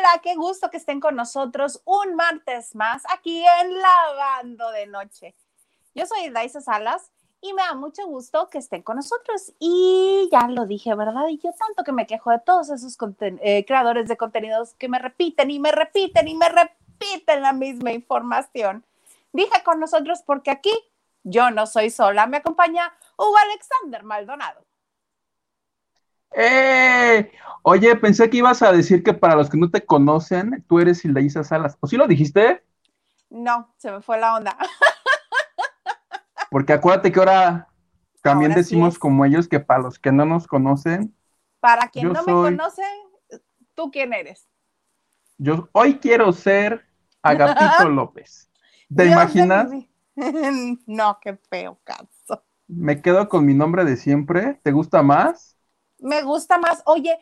Hola, qué gusto que estén con nosotros un martes más aquí en Lavando de Noche. Yo soy Daisa Salas y me da mucho gusto que estén con nosotros. Y ya lo dije, ¿verdad? Y yo tanto que me quejo de todos esos creadores de contenidos que me repiten y me repiten y me repiten la misma información. Dije con nosotros porque aquí yo no soy sola. Me acompaña Hugo Alexander Maldonado. ¡Eh! Oye, pensé que ibas a decir que para los que no te conocen, tú eres Hildaísa Salas. ¿O sí lo dijiste? No, se me fue la onda. Porque acuérdate que ahora también Ahora sí decimos es. como ellos que para los que no nos conocen, Para quien yo no me soy, conoce, ¿tú quién eres? yo hoy quiero ser Agapito López. ¿Te Dios de mi imaginas? vida. No, qué feo caso. Me quedo con mi nombre de siempre. ¿Te gusta más? Me gusta más. Oye,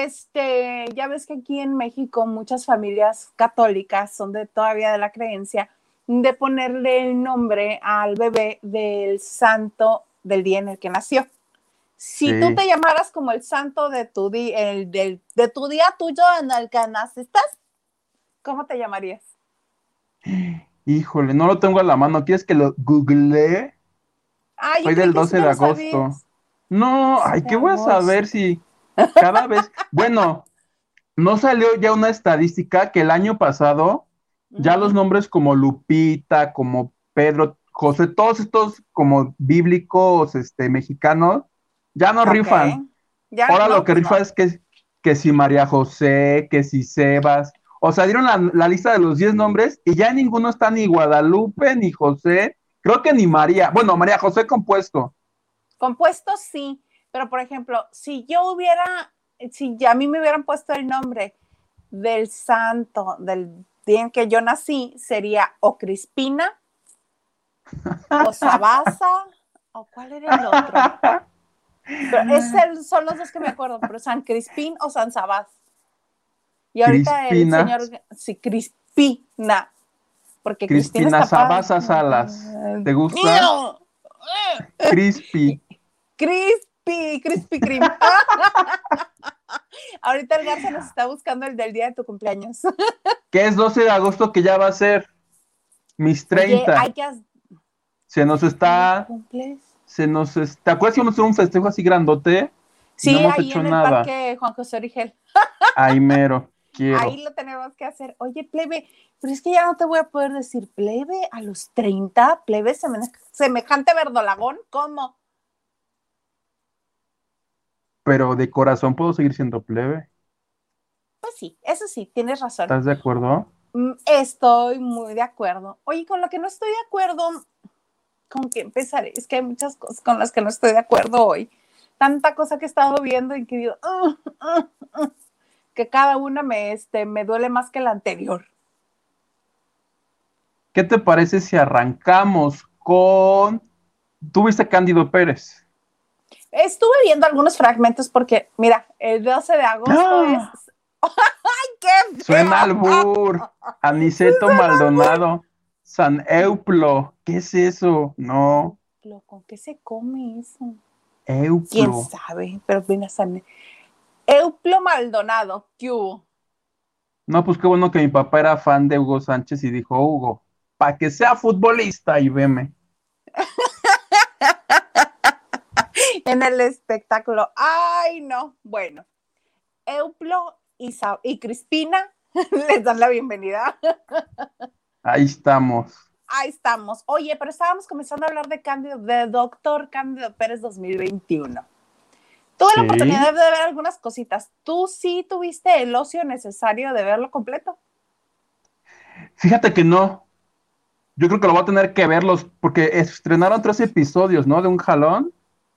ya ves que aquí en México muchas familias católicas son todavía de la creencia de ponerle el nombre al bebé del santo del día en el que nació. Si tú Sí. te llamaras como el santo de tu día, de tu día tuyo en el que naciste, ¿cómo te llamarías? Híjole, no lo tengo a la mano. ¿Quieres que lo googlee? Ah, yo Soy creí del que sí 12 te de lo agosto. sabías. No, 12 ay, de ¿qué voy a agosto. saber si cada vez, bueno, no salió ya una estadística que el año pasado ya los Uh-huh. nombres como Lupita, como Pedro, José, todos estos como bíblicos, mexicanos, ya no Ok. rifan. Ya, Ahora lo no, que pues rifa no. es que si María José, que si Sebas, o sea, dieron la lista de los 10 nombres y ya ninguno está ni Guadalupe, ni José, creo que ni María, bueno, María José compuesto. Compuesto sí, pero por ejemplo, si ya a mí me hubieran puesto el nombre del santo del día en que yo nací, sería o Crispina, o Sabasa, o ¿cuál era el otro? Pero son los dos que me acuerdo, pero San Crispín o San Sabás. Y ahorita el Crispina, señor, sí, Crispina, porque Cristina Crispina está padre. Sabasa Salas. ¿Te gusta? Crispy. Crispy Cream. Ahorita el Garza nos está buscando el del día de tu cumpleaños. Que es 12 de agosto que ya va a ser mis Oye, 30. hay que. Se nos ¿Cuándo está, cumples? ¿te acuerdas que íbamos a hacer un festejo así grandote? Y no Sí, hemos ahí hecho en el nada. parque Juan José Origel. Ay, mero, Ahí quiero. lo tenemos que hacer. Oye, plebe, pero es que ya no te voy a poder decir plebe a los 30, plebe semejante verdolagón, ¿cómo? Pero de corazón puedo seguir siendo plebe. Pues sí, eso sí, tienes razón. ¿Estás de acuerdo? Estoy muy de acuerdo. Oye, con lo que no estoy de acuerdo, ¿con qué empezaré? Es que hay muchas cosas con las que no estoy de acuerdo hoy. Tanta cosa que he estado viendo y que digo, que cada una me duele más que la anterior. ¿Qué te parece si arrancamos con... ¿Tú viste Cándido Pérez? Estuve viendo algunos fragmentos porque, mira, el 12 de agosto es... ¡Ah! ¡Ay, qué Suena feo! albur. Aniceto Susana Maldonado. San Euplo. ¿Qué es eso? No. Albur. ¿Con qué se come eso? ¿Quién Euplo. sabe? Pero mira, San Euplo Maldonado, ¿qué hubo? No, pues qué bueno que mi papá era fan de Hugo Sánchez y dijo, Hugo, para que sea futbolista y veme. En el espectáculo. Ay, no. Bueno, Euplo y Crispina les dan la bienvenida. Ahí estamos. Ahí estamos. Oye, pero estábamos comenzando a hablar de Doctor Cándido Pérez 2021. Tuve la Sí. oportunidad de ver algunas cositas. ¿Tú sí tuviste el ocio necesario de verlo completo? Fíjate que no. Yo creo que lo voy a tener que verlos porque estrenaron 3 episodios, ¿no? De un jalón.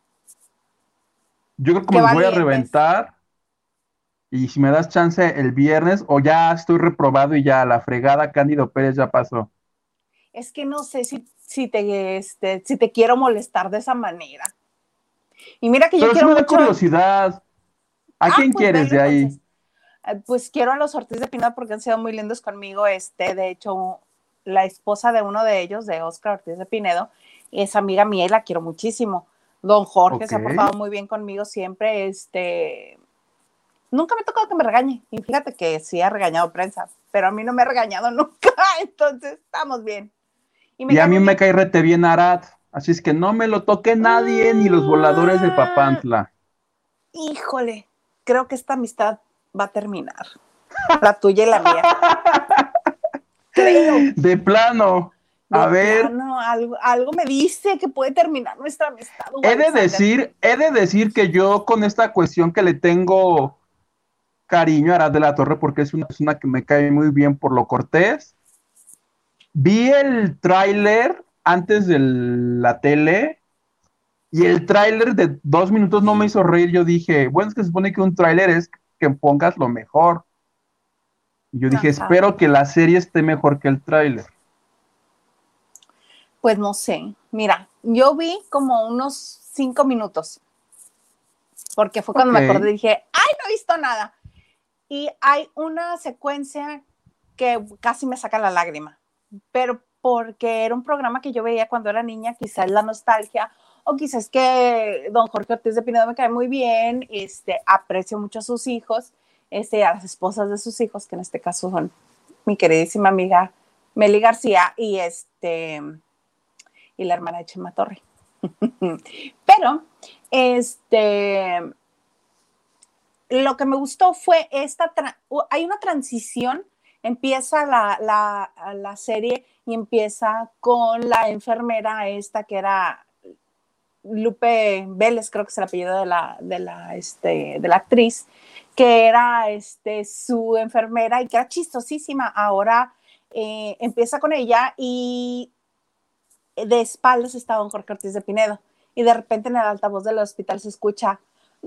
Yo creo que me Qué los voy a valientes. reventar y si me das chance el viernes o ya estoy reprobado y ya la fregada Cándido Pérez ya pasó. Es que no sé si te quiero molestar de esa manera. Y mira que yo Pero sí quiero me da mucho. curiosidad. ¿A quién Pues quieres velo de ahí? entonces. Pues quiero a los Ortiz de Pinedo porque han sido muy lindos conmigo. De hecho, la esposa de uno de ellos, de Oscar Ortiz de Pinedo, es amiga mía y la quiero muchísimo. Don Jorge Ok. se ha portado muy bien conmigo siempre. nunca me ha tocado que me regañe. Y fíjate que sí ha regañado prensa, pero a mí no me ha regañado nunca, entonces estamos bien. Y me Y a cae mí muy me bien. cae rete bien Arad, así es que no me lo toque nadie, ni los voladores de Mm, Papantla. híjole, creo que esta amistad va a terminar. La tuya y la mía. Creo, De plano, de a ver, plano, algo me dice que puede terminar nuestra amistad, Hugo Alexander. he de decir que yo con esta cuestión que le tengo cariño a Arad de la Torre, porque es una persona que me cae muy bien por lo cortés, vi el tráiler antes de la tele y el tráiler de 2 minutos no me hizo reír. Yo dije, bueno, es que se supone que un tráiler es que pongas lo mejor. Y yo dije, Ajá. espero que la serie esté mejor que el tráiler. Pues no sé. Mira, yo vi como unos 5 minutos, porque fue cuando Ok, me acordé y dije, ¡ay, no he visto nada! Y hay una secuencia que casi me saca la lágrima, pero porque era un programa que yo veía cuando era niña, quizás la nostalgia, o quizás que don Jorge Ortiz de Pinedo me cae muy bien, aprecio mucho a sus hijos, a las esposas de sus hijos, que en este caso son mi queridísima amiga Meli García y la hermana de Chema Torre. Pero, lo que me gustó fue hay una transición, empieza la serie y empieza con la enfermera esta que era Lupe Vélez, creo que es el apellido de la actriz, que era su enfermera y que era chistosísima. Ahora empieza con ella y de espaldas está don Jorge Ortiz de Pinedo. Y de repente en el altavoz del hospital se escucha,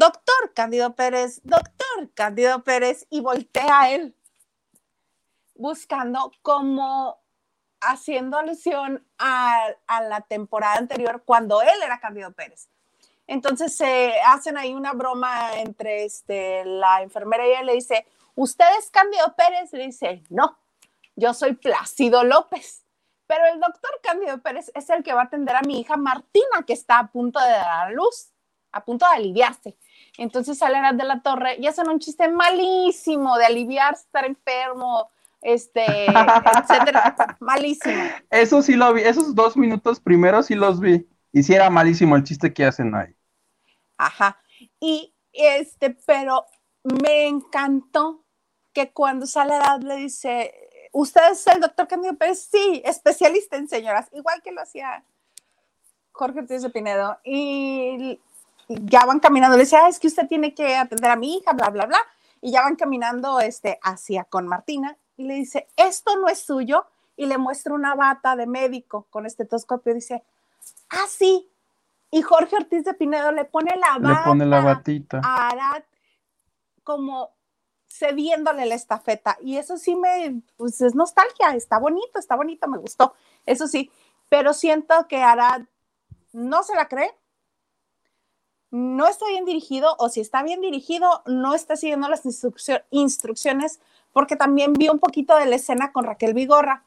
doctor Cándido Pérez, y voltea a él, buscando como haciendo alusión a la temporada anterior cuando él era Cándido Pérez. Entonces se hacen ahí una broma entre la enfermera y él le dice, ¿usted es Cándido Pérez? Le dice, no, yo soy Plácido López. Pero el doctor Cándido Pérez es el que va a atender a mi hija Martina, que está a punto de dar a luz, a punto de aliviarse. Entonces sale Arad de la Torre y hacen un chiste malísimo de aliviarse, estar enfermo, etcétera. Malísimo. eso sí lo vi, esos 2 minutos primeros sí los vi. Y sí era malísimo el chiste que hacen ahí. Ajá. Y pero me encantó que cuando sale Arad le dice, ¿usted es el doctor Cándido Pérez? Sí, especialista en señoras, igual que lo hacía Jorge Ortiz de Pinedo. Y ya van caminando, le dice, es que usted tiene que atender a mi hija, bla, bla, bla. Y ya van caminando hacia con Martina y le dice, esto no es suyo. Y le muestra una bata de médico con estetoscopio y dice, ah, sí. Y Jorge Ortiz de Pinedo le pone la Le pone la bata batita. a Arad como cediéndole la estafeta. Y eso sí pues es nostalgia, está bonito, me gustó. Eso sí, pero siento que Arad no se la cree, no está bien dirigido, o si está bien dirigido, no está siguiendo las instrucciones, porque también vi un poquito de la escena con Raquel Vigorra,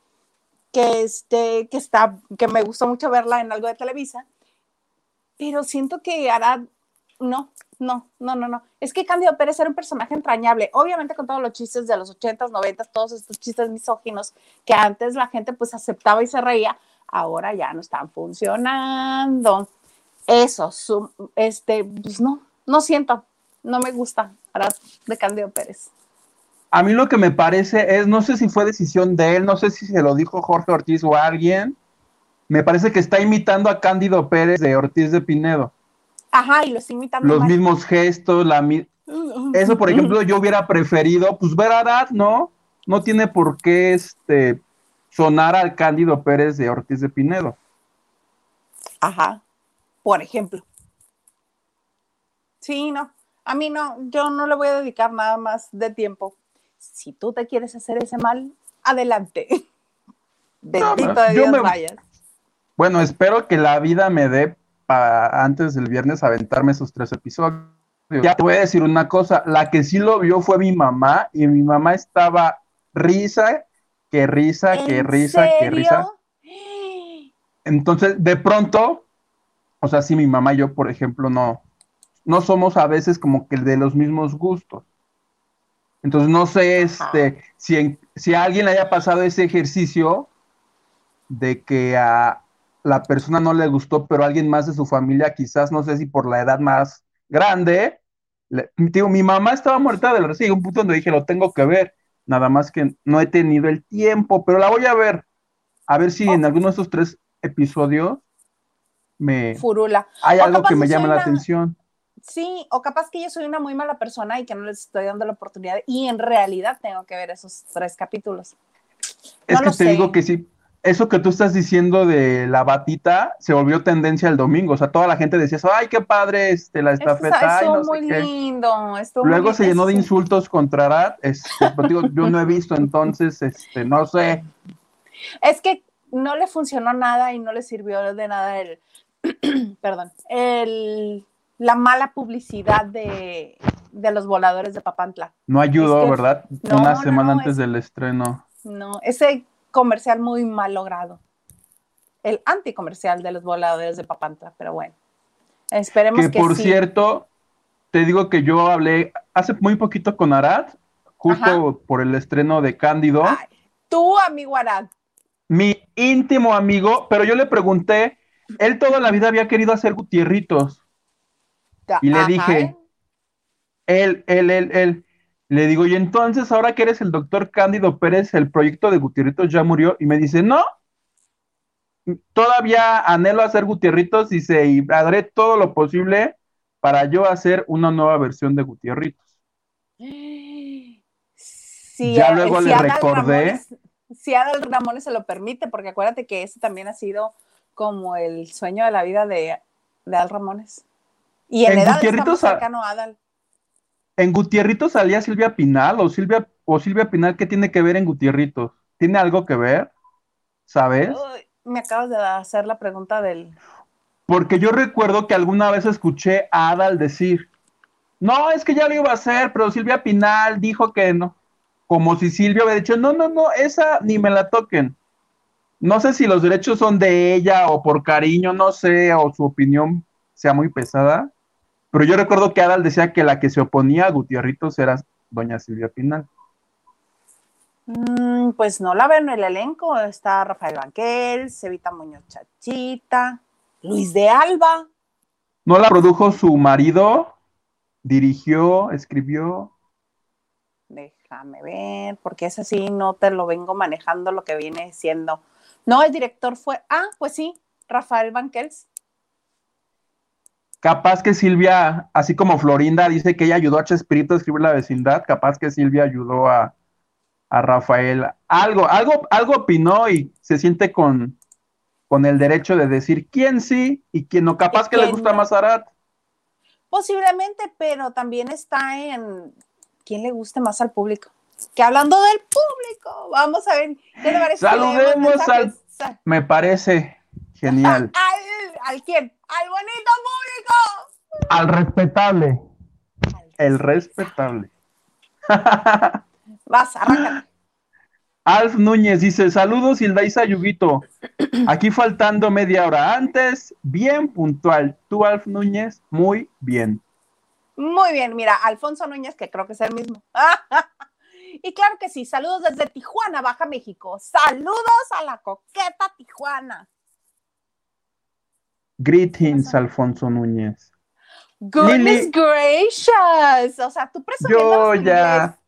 que me gustó mucho verla en algo de Televisa, pero siento que Arad, no, no, no, no, no. Es que Cándido Pérez era un personaje entrañable, obviamente con todos los chistes de los 80s, 90s, todos estos chistes misóginos que antes la gente pues aceptaba y se reía, ahora ya no están funcionando. Eso, pues no siento, no me gusta Arad de Cándido Pérez. A mí lo que me parece es, no sé si fue decisión de él, no sé si se lo dijo Jorge Ortiz o alguien, me parece que está imitando a Cándido Pérez de Ortiz de Pinedo. Ajá, y lo estoy imitando Los mal. mismos gestos, eso, por ejemplo, yo hubiera preferido, pues ver a Arad, ¿no? No tiene por qué sonar al Cándido Pérez de Ortiz de Pinedo. Ajá, por ejemplo. Sí, no, a mí no, yo no le voy a dedicar nada más de tiempo. Si tú te quieres hacer ese mal, adelante. Bendito de Yo Dios me, vayas. bueno, espero que la vida me dé para antes del viernes aventarme esos 3 episodios. Ya te voy a decir una cosa, la que sí lo vio fue mi mamá y mi mamá estaba risa, que risa, que ¿En risa, que risa. serio? Entonces, de pronto, o sea, sí, mi mamá y yo, por ejemplo, no somos a veces como que de los mismos gustos. Entonces no sé Ajá. si a alguien le haya pasado ese ejercicio de que a la persona no le gustó, pero a alguien más de su familia, quizás, no sé si por la edad más grande, digo, mi mamá estaba muerta de la risa y un punto donde dije, lo tengo que ver, nada más que no he tenido el tiempo, pero la voy a ver si en O alguno de estos 3 episodios furula. hay O algo capaz que yo me soy llame la una, atención. sí, o capaz que yo soy una muy mala persona y que no les estoy dando la oportunidad y en realidad tengo que ver esos 3 capítulos. Es No que lo te digo sé. que sí, eso que tú estás diciendo de la batita se volvió tendencia el domingo, o sea, toda la gente decía eso, ay, qué padre, la Es que estafeta, ay, estuvo no sé muy qué. lindo, estuvo muy Luego lindo. se llenó Ese de sí. insultos contra Arad, pero digo, yo no he visto, entonces, no sé. Es que no le funcionó nada y no le sirvió de nada perdón, la mala publicidad de los voladores de Papantla. No Es ayudó, que, ¿verdad? Una no, no, semana no, antes del estreno. no, ese comercial muy mal logrado. El anticomercial de los voladores de Papantla, pero bueno, esperemos Que que por sí. cierto, te digo que yo hablé hace muy poquito con Arad, Ajá. justo por el estreno de Cándido, Ay, tú, amigo Arad. mi íntimo amigo, pero yo le pregunté, él toda la vida había querido hacer Gutierritos, y le Ajá, dije, él, le digo, y entonces ahora que eres el doctor Cándido Pérez, el proyecto de Gutierritos ya murió, y me dice, no, todavía anhelo hacer Gutierritos y haré todo lo posible para yo hacer una nueva versión de Gutierritos. Si, Ya luego le si Adal recordé, Ramones, si Adal Ramones se lo permite, porque acuérdate que ese también ha sido como el sueño de la vida de Adal Ramones. Y en en edad está muy Gutierritos, cercano a Adal. en Gutierritos salía Silvia Pinal o Silvia Pinal, ¿qué tiene que ver en Gutierritos? ¿Tiene algo que ver? ¿Sabes? Uy, me acabas de hacer la pregunta del... Porque yo recuerdo que alguna vez escuché a Adal decir, no, es que ya lo iba a hacer, pero Silvia Pinal dijo que no. Como si Silvia hubiera dicho, no, no, no, esa ni me la toquen. No sé si los derechos son de ella o por cariño, no sé, o su opinión sea muy pesada, pero yo recuerdo que Adal decía que la que se oponía a Gutierritos era doña Silvia Pinal. Pues no la veo en el elenco. Está Rafael Banquel, Cevita Muñoz Chachita, Luis de Alba. ¿No la produjo su marido? ¿Dirigió, escribió? Déjame ver, porque ese sí no te lo vengo manejando lo que viene siendo. No, el director fue, pues sí, Rafael Banquels. Capaz que Silvia, así como Florinda dice que ella ayudó a Chespirito a escribir La Vecindad, capaz que Silvia ayudó a Rafael. Algo opinó y se siente con el derecho de decir quién sí y quién no. Y Capaz que le que gusta no, más Arat. posiblemente, pero también está en quién le guste más al público. Que hablando del público, vamos a ver, ¿qué te parece si leemos Saludemos mensajes? me parece genial, ¿Al quién? Al bonito público. al respetable, Al el respetable. respetable. Vas, arráncate. Alf Núñez dice, saludos Hildaisa Yuguito, aquí faltando media hora antes, bien puntual. Tú, Alf Núñez, muy bien. Muy bien, mira, Alfonso Núñez, que creo que es el mismo. Y claro que sí, saludos desde Tijuana, Baja México. Saludos a la coqueta Tijuana. ¿Qué Greetings, pasó? Alfonso Núñez. Goodness Lili, gracious. O sea, tú presumiéndonos yo tu inglés. ya.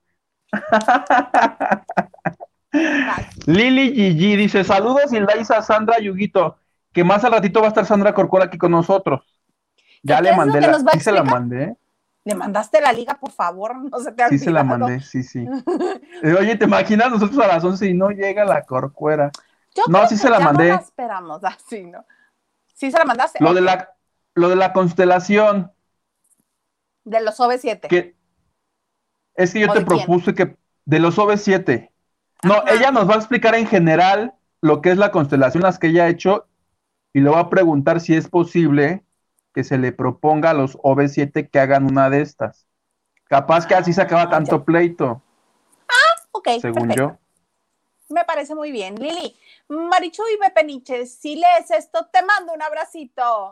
Vas. Lili Gigi dice, saludos Hildaisa, Sandra Yuguito, que más al ratito va a estar Sandra Corcuera aquí con nosotros. Ya ¿Qué le es lo mandé que nos va a sí se la explicar? mandé, Le mandaste la liga, por favor, no se te ha sí se la olvidado. mandé, sí, sí. Oye, ¿te imaginas nosotros a las 11 y no llega la Corcuera? Yo No, creo sí se que la ya no la mandé. esperamos así, ¿no? Sí se la mandaste, Lo de ok. la, lo de la constelación, De los OV7. que es que yo ¿O te de quién? propuse que de los OV7. No, ella Ajá. nos va a explicar en general lo que es la constelación, las que ella ha hecho, y le va a preguntar si es posible que se le proponga a los OV7 que hagan una de estas. Capaz que así se acaba Ya. tanto pleito, Ok, según perfecto. yo. Me parece muy bien. Lili, Marichu y Bepeniche, si lees esto, te mando un abracito.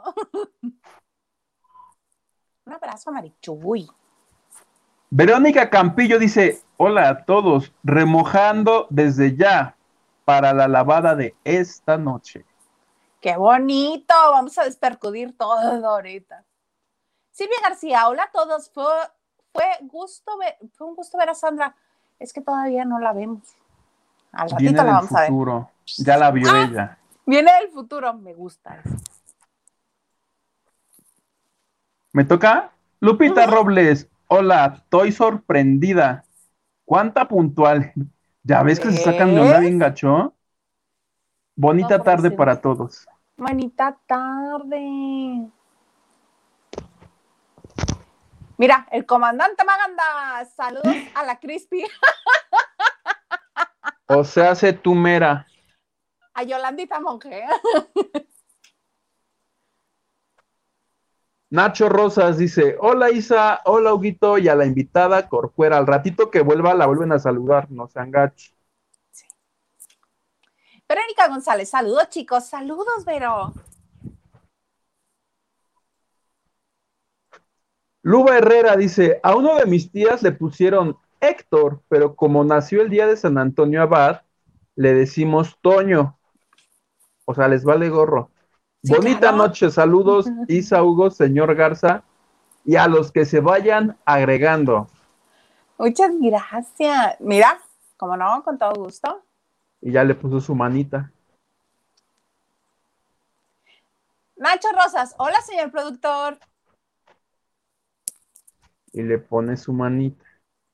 Un abrazo a Marichuy. Verónica Campillo dice, Hola a todos, remojando desde ya para la lavada de esta noche. ¡Qué bonito! Vamos a despercudir todo ahorita. Silvia García, hola a todos. Fue un gusto ver a Sandra. Es que todavía no la vemos. Al ratito Viene la del vamos a ver. futuro, ya la vio ella. Viene del futuro, me gusta eso. ¿Me toca? Lupita Robles, hola, estoy sorprendida. ¿Cuánta puntual? ¿Ya ves que se sacan de onda bien gacho? Bonita tarde para todos. Bonita tarde. Mira, el comandante Maganda. Saludos a la Crispy. O sea, hace tu mera. A Yolandita Monge. Nacho Rosas dice, hola Isa, hola Huguito, y a la invitada Corcuera. Al ratito que vuelva la vuelven a saludar, no sean gachos. Sí. Verónica González, saludos chicos, saludos Vero. Luba Herrera dice, a uno de mis tías le pusieron Héctor, pero como nació el día de San Antonio Abad, le decimos Toño. O sea, les vale gorro. Sí, bonita claro. Noche, saludos, Isa, Hugo, señor Garza, y a los que se vayan agregando. Muchas gracias. Mira, como no, con todo gusto. Y ya le puso su manita. Nacho Rosas, hola señor productor. Y le pone su manita.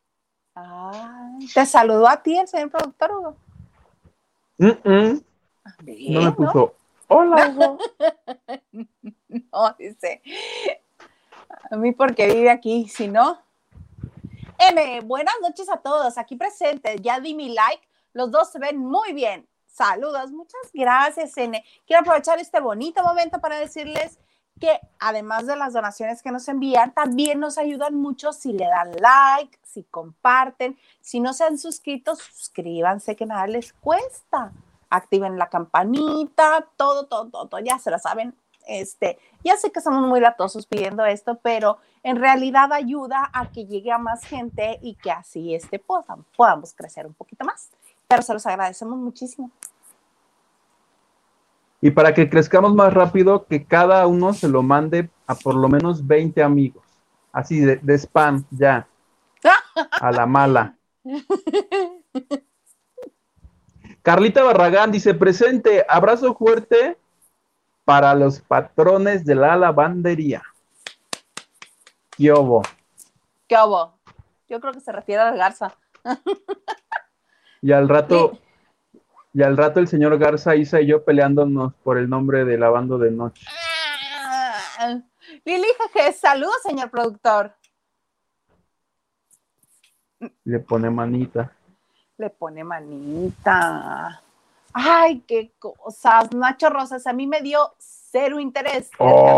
¿Te saludó a ti el señor productor, Hugo? Bien, no me puso, ¿no? Hola, Hugo. No, dice. A mí porque vive aquí, si no. M, buenas noches a todos, aquí presentes. Ya di mi like, los dos se ven muy bien. Saludos, muchas gracias, N. Quiero aprovechar este bonito momento para decirles que además de las donaciones que nos envían, también nos ayudan mucho si le dan like, si comparten, si no se han suscrito, suscríbanse que nada les cuesta. Activen la campanita, todo, ya se la saben. Ya sé que somos muy latosos pidiendo esto, pero en realidad ayuda a que llegue a más gente y que así podamos crecer un poquito más. Pero se los agradecemos muchísimo. Y para que crezcamos más rápido, que cada uno se lo mande a por lo menos 20 amigos. Así de spam, ya. A la mala. Carlita Barragán dice, presente, abrazo fuerte para los patrones de la lavandería. ¿Qué hubo? ¿Qué hubo? Yo creo que se refiere al Garza. Y al rato el señor Garza, Isa y yo peleándonos por el nombre de Lavando de Noche. Lili Jeje, saludos, señor productor. Le pone manita. Le pone manita. Ay, qué cosas. Nacho Rosas, a mí me dio cero interés.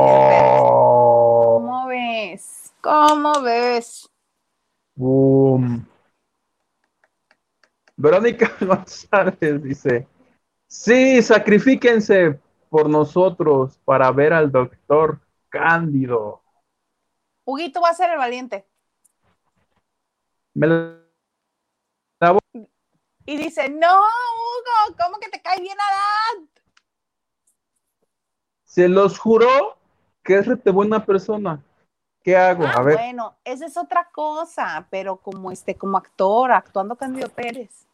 ¿Cómo ves? ¿Cómo ves? Boom. Verónica González dice, sí, sacrifíquense por nosotros para ver al doctor Cándido. Huguito va a ser el valiente. Me la voy. Y dice, no, Hugo, ¿cómo que te cae bien Adán? Se los juró que es rete buena persona. ¿Qué hago? A ver. Bueno, esa es otra cosa, pero como actor, actuando Cándido Pérez.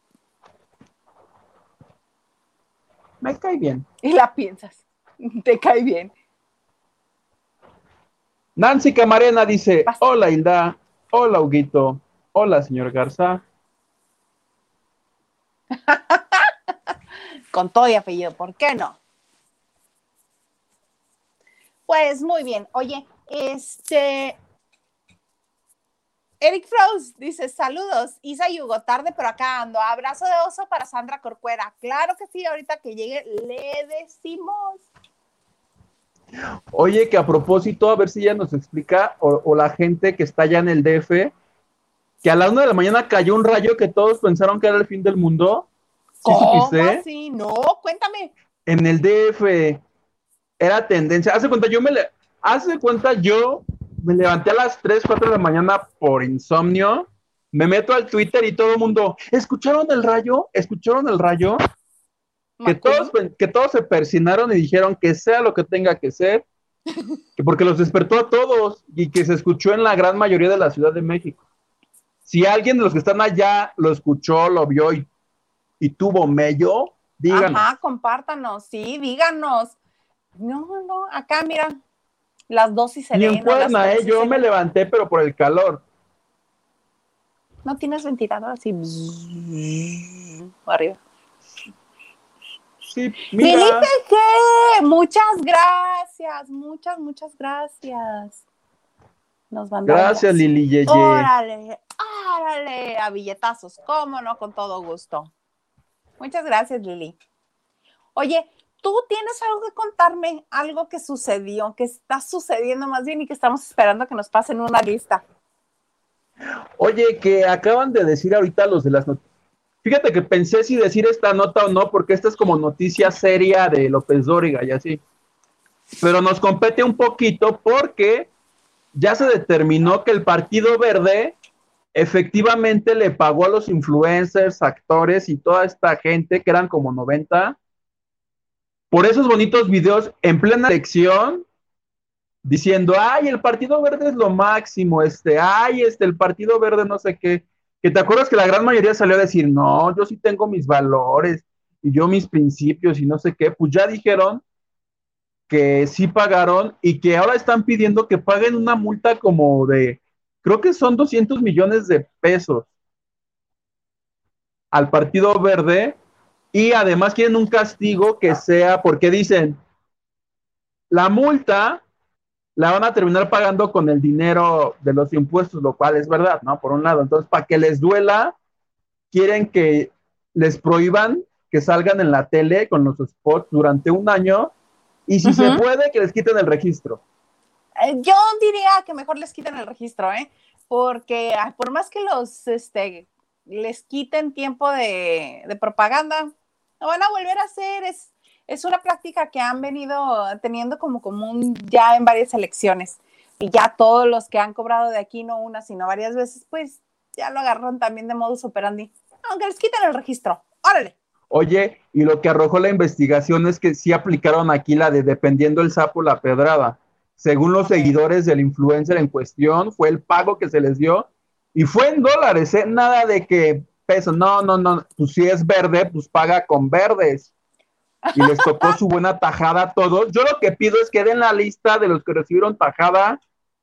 Me cae bien. Y la piensas, te cae bien. Nancy Camarena dice, hola Hilda, hola Huguito, hola señor Garza. Con todo y apellido, ¿por qué no? Pues muy bien, oye, Eric Frost dice, saludos, Isa y Hugo, tarde pero acá ando, abrazo de oso para Sandra Corcuera. Claro que sí, ahorita que llegue le decimos. Oye, que a propósito, a ver si ella nos explica, o la gente que está allá en el DF, que a la 1 de la mañana cayó un rayo que todos pensaron que era el fin del mundo. ¿Sí ¿Cómo supiste? Así? No, cuéntame. En el DF era tendencia. Hace cuenta, yo me levanté a las 3, 4 de la mañana por insomnio Me meto al Twitter y todo el mundo, ¿escucharon el rayo? ¿Escucharon el rayo? McQueen. Que todos se persinaron y dijeron que sea lo que tenga que ser, que porque los despertó a todos y que se escuchó en la gran mayoría de la Ciudad de México. Si alguien de los que están allá lo escuchó, lo vio y tuvo mello, díganos. Ajá, compártanos, sí, díganos. No, no, acá mira, las 2 y Ni en sereno, las Cuerna, 3 y yo me sereno. levanté, pero por el calor. ¿No tienes ventilador así? Arriba. Sí, Lili mira, Jeje, muchas gracias, muchas gracias. Nos mandaron gracias WhatsApp. Lili Yeye. Órale, órale, a billetazos, cómo no, con todo gusto. Muchas gracias, Lili. Oye, ¿tú tienes algo que contarme? Algo que sucedió, que está sucediendo más bien y que estamos esperando que nos pasen una lista. Oye, que acaban de decir ahorita los de las noticias. Fíjate que pensé si decir esta nota o no, porque esta es como noticia seria de López Dóriga y así. Pero nos compete un poquito porque ya se determinó que el Partido Verde efectivamente le pagó a los influencers, actores y toda esta gente, que eran como 90, por esos bonitos videos en plena elección, diciendo, ay, el Partido Verde es lo máximo, ay, el Partido Verde no sé qué, que te acuerdas que la gran mayoría salió a decir, no, yo sí tengo mis valores y yo mis principios y no sé qué, pues ya dijeron que sí pagaron y que ahora están pidiendo que paguen una multa como de, creo que son 200 millones de pesos al Partido Verde y además quieren un castigo que sea, porque dicen, la multa la van a terminar pagando con el dinero de los impuestos, lo cual es verdad, ¿no? Por un lado. Entonces, para que les duela, quieren que les prohíban que salgan en la tele con los spots durante un año y si se puede, que les quiten el registro. Yo diría que mejor les quiten el registro, ¿eh? Porque por más que les quiten tiempo de propaganda, lo van a volver a hacer. Es una práctica que han venido teniendo como común ya en varias elecciones. Y ya todos los que han cobrado de aquí, no una, sino varias veces, pues ya lo agarraron también de modus operandi. Aunque les quiten el registro. ¡Órale! Oye, y lo que arrojó la investigación es que sí aplicaron aquí la de dependiendo el sapo, la pedrada. Según los seguidores del influencer en cuestión, fue el pago que se les dio y fue en dólares, ¿eh? Nada de que peso, no, no, no, pues si es verde, pues paga con verdes. Y les tocó su buena tajada a todos. Yo lo que pido es que den la lista de los que recibieron tajada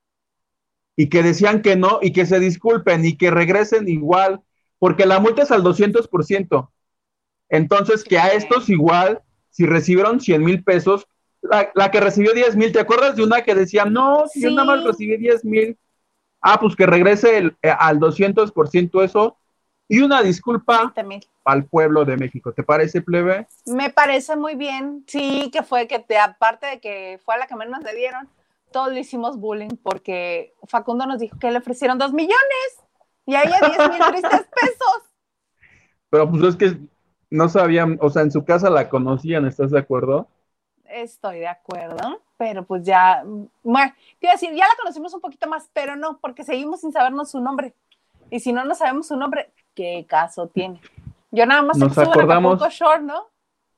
y que decían que no y que se disculpen y que regresen igual, porque la multa es al 200%. Entonces, Sí. que a estos igual, si recibieron 100,000 pesos, la que recibió 10,000, ¿te acuerdas de una que decía, no, si yo nada más Sí. recibí 10,000? Ah, pues que regrese al 200% eso y una disculpa 20,000. al pueblo de México. ¿Te parece, plebe? Me parece muy bien, sí, que fue aparte de que fue a la que menos le dieron, todos le hicimos bullying porque Facundo nos dijo que le ofrecieron 2 millones y a ella 10,000 tristes pesos. Pero pues es que no sabían, o sea, en su casa la conocían, ¿estás de acuerdo? Estoy de acuerdo, pero pues ya, bueno, te iba a decir, ya la conocimos un poquito más, pero no, porque seguimos sin sabernos su nombre. Y si no nos sabemos su nombre, ¿qué caso tiene? Yo nada más sé que Nos estuvo en Acapulco acordamos, Shore, ¿no?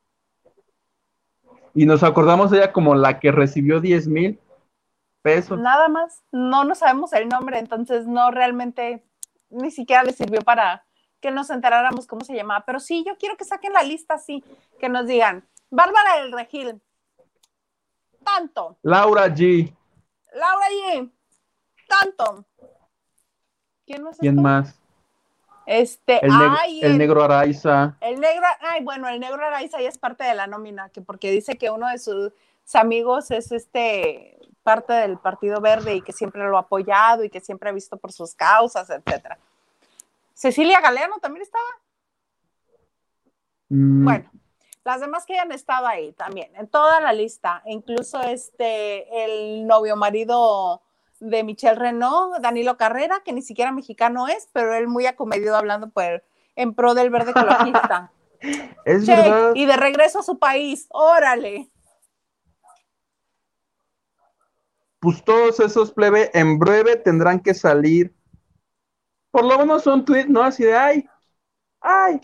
y nos acordamos de ella como la que recibió 10,000 pesos. Nada más, no nos sabemos el nombre, entonces no realmente ni siquiera le sirvió para que nos enteráramos cómo se llamaba. Pero sí, yo quiero que saquen la lista así, que nos digan, Bárbara del Regil, tanto, Laura G. Laura G, tanto. ¿Quién no es ¿Quién esto? más? Ay, El negro Araiza. el negro, ay, bueno, el negro Araiza ya es parte de la nómina, que porque dice que uno de sus amigos es parte del Partido Verde y que siempre lo ha apoyado y que siempre ha visto por sus causas, etcétera. Cecilia Galeano también estaba. Mm, Bueno, las demás que hayan estado ahí también, en toda la lista, incluso el novio marido de Michelle Renaud, Danilo Carrera, que ni siquiera mexicano es, pero él muy acomedido hablando en pro del verde ecologista. es Check, verdad. y de regreso a su país, órale. Pues todos esos plebe en breve tendrán que salir Por lo menos un tweet, ¿no? Así de, ay,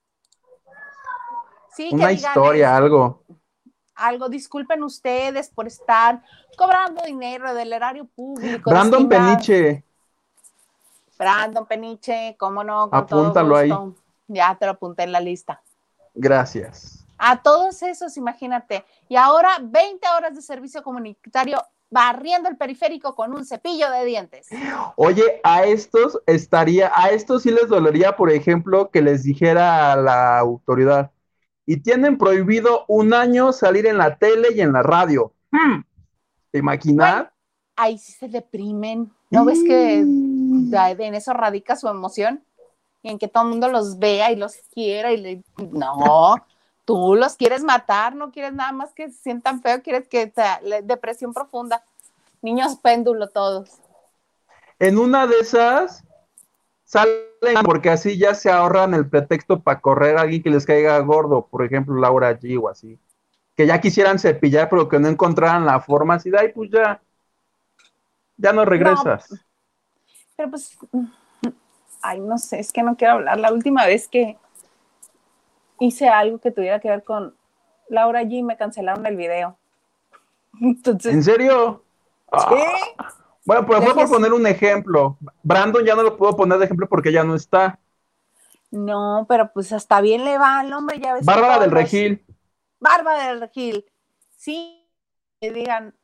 Sí, que una digan historia, algo. algo, disculpen ustedes por estar cobrando dinero del erario público Brandon destinado. Peniche, Brandon Peniche, cómo no, con todo apúntalo ahí. gusto. Ya te lo apunté en la lista. Gracias. A todos esos, imagínate. Y ahora 20 horas de servicio comunitario barriendo el periférico con un cepillo de dientes. Oye, a estos sí les dolería, por ejemplo, que les dijera a la autoridad, y tienen prohibido 1 año salir en la tele y en la radio. ¿Te imaginas? Bueno, ahí sí se deprimen. ¿No ves que en eso radica su emoción? Y en que todo el mundo los vea y los quiera No, tú los quieres matar, no quieres nada más que se sientan feo, quieres que depresión profunda. Niños péndulo todos. En una de esas salen porque así ya se ahorran el pretexto para correr a alguien que les caiga gordo, por ejemplo, Laura G o así. Que ya quisieran cepillar, pero que no encontraran la forma así de, ay, pues ya no No, regresas. pero pues, ay, no sé, es que no quiero hablar. La última vez que hice algo que tuviera que ver con Laura G, me cancelaron el video. Entonces, ¿En serio? sí, Bueno, pero yo fue dije, por poner un ejemplo. Brandon ya no lo puedo poner de ejemplo porque ya no está. no, pero pues hasta bien le va al hombre, ya ves que Bárbara todos del los Regil. Barba del Gil, sí, que digan,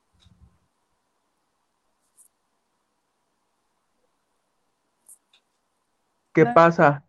¿Qué pasa?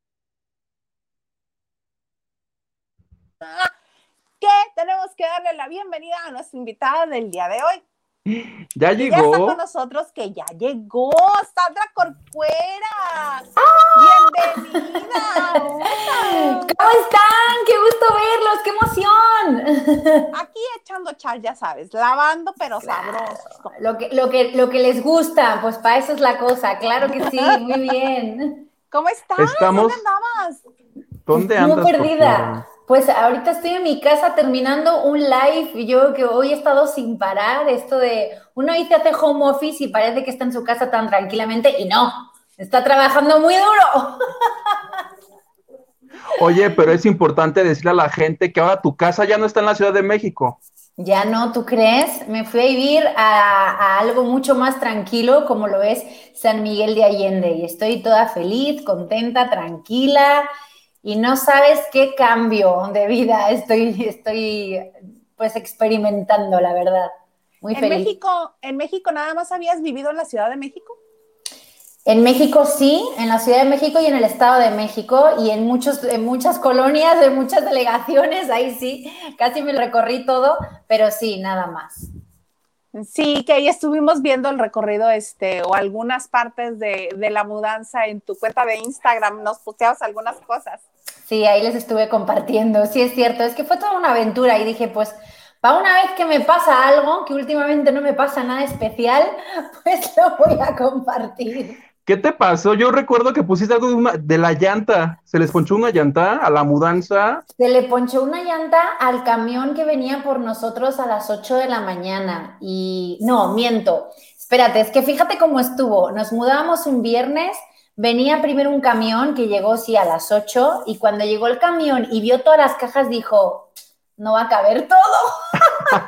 que tenemos que darle la bienvenida a nuestra invitada del día de hoy. ¿Ya Que ya está con llegó? nosotros, que ya llegó, Sandra Corcuera. Bienvenida. Hola. ¿Cómo están? ¡Qué gusto verlos! ¡Qué emoción! Aquí echando chal, ya sabes, lavando, pero Claro, sabroso. lo que les gusta, pues para eso es la cosa, claro que sí, muy bien. ¿Cómo estás? ¿Dónde Estamos. andabas? Pues ¿Dónde como andas, perdida. Corcuera? Pues ahorita estoy en mi casa terminando un live y yo que hoy he estado sin parar, esto de uno dice hace home office y parece que está en su casa tan tranquilamente y no, está trabajando muy duro. Oye, pero es importante decirle a la gente que ahora tu casa ya no está en la Ciudad de México. Ya no, ¿tú crees? Me fui a vivir a algo mucho más tranquilo, como lo es San Miguel de Allende, y estoy toda feliz, contenta, tranquila, y no sabes qué cambio de vida estoy pues experimentando, la verdad. Muy feliz. En México nada más habías vivido en la Ciudad de México. En México sí, en la Ciudad de México y en el Estado de México y en muchas colonias, en muchas delegaciones, ahí sí, casi me lo recorrí todo, pero sí, nada más. Sí, que ahí estuvimos viendo el recorrido, o algunas partes de la mudanza en tu cuenta de Instagram, nos posteabas algunas cosas. Sí, ahí les estuve compartiendo, sí es cierto, es que fue toda una aventura y dije, pues, para una vez que me pasa algo, que últimamente no me pasa nada especial, pues lo voy a compartir. ¿Qué te pasó? Yo recuerdo que pusiste algo de la llanta. ¿Se les ponchó una llanta a la mudanza? Se le ponchó una llanta al camión que venía por nosotros a las 8 de la mañana y no, miento, espérate, es que fíjate cómo estuvo, nos mudábamos un viernes, venía primero un camión que llegó sí a las 8 y cuando llegó el camión y vio todas las cajas dijo, no va a caber todo.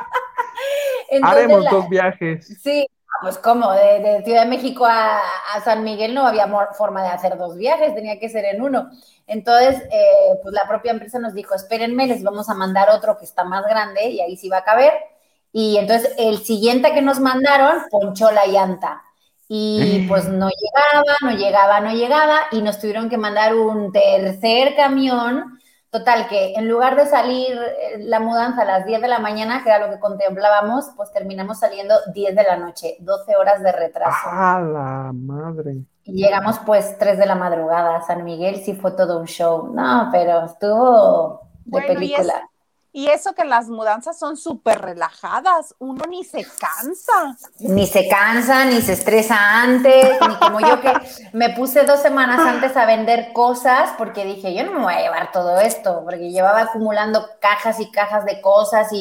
Entonces, Haremos 2 viajes. sí, pues como de Ciudad de México a San Miguel no había forma de hacer 2 viajes, tenía que ser en uno. Entonces, pues la propia empresa nos dijo, espérenme, les vamos a mandar otro que está más grande y ahí sí va a caber. Y entonces el siguiente que nos mandaron ponchó la llanta. Y pues no llegaba, no llegaba, no llegaba y nos tuvieron que mandar un tercer camión. Total, que en lugar de salir la mudanza a las 10 de la mañana, que era lo que contemplábamos, pues terminamos saliendo 10 de la noche, 12 horas de retraso. ¡Ah, la madre! Y llegamos pues 3 de la madrugada. San Miguel sí fue todo un show. No, pero estuvo de Bueno, película. y eso que las mudanzas son súper relajadas, uno ni se cansa. Ni se cansa, ni se estresa antes, ni como yo que me puse 2 semanas antes a vender cosas porque dije, yo no me voy a llevar todo esto, porque llevaba acumulando cajas y cajas de cosas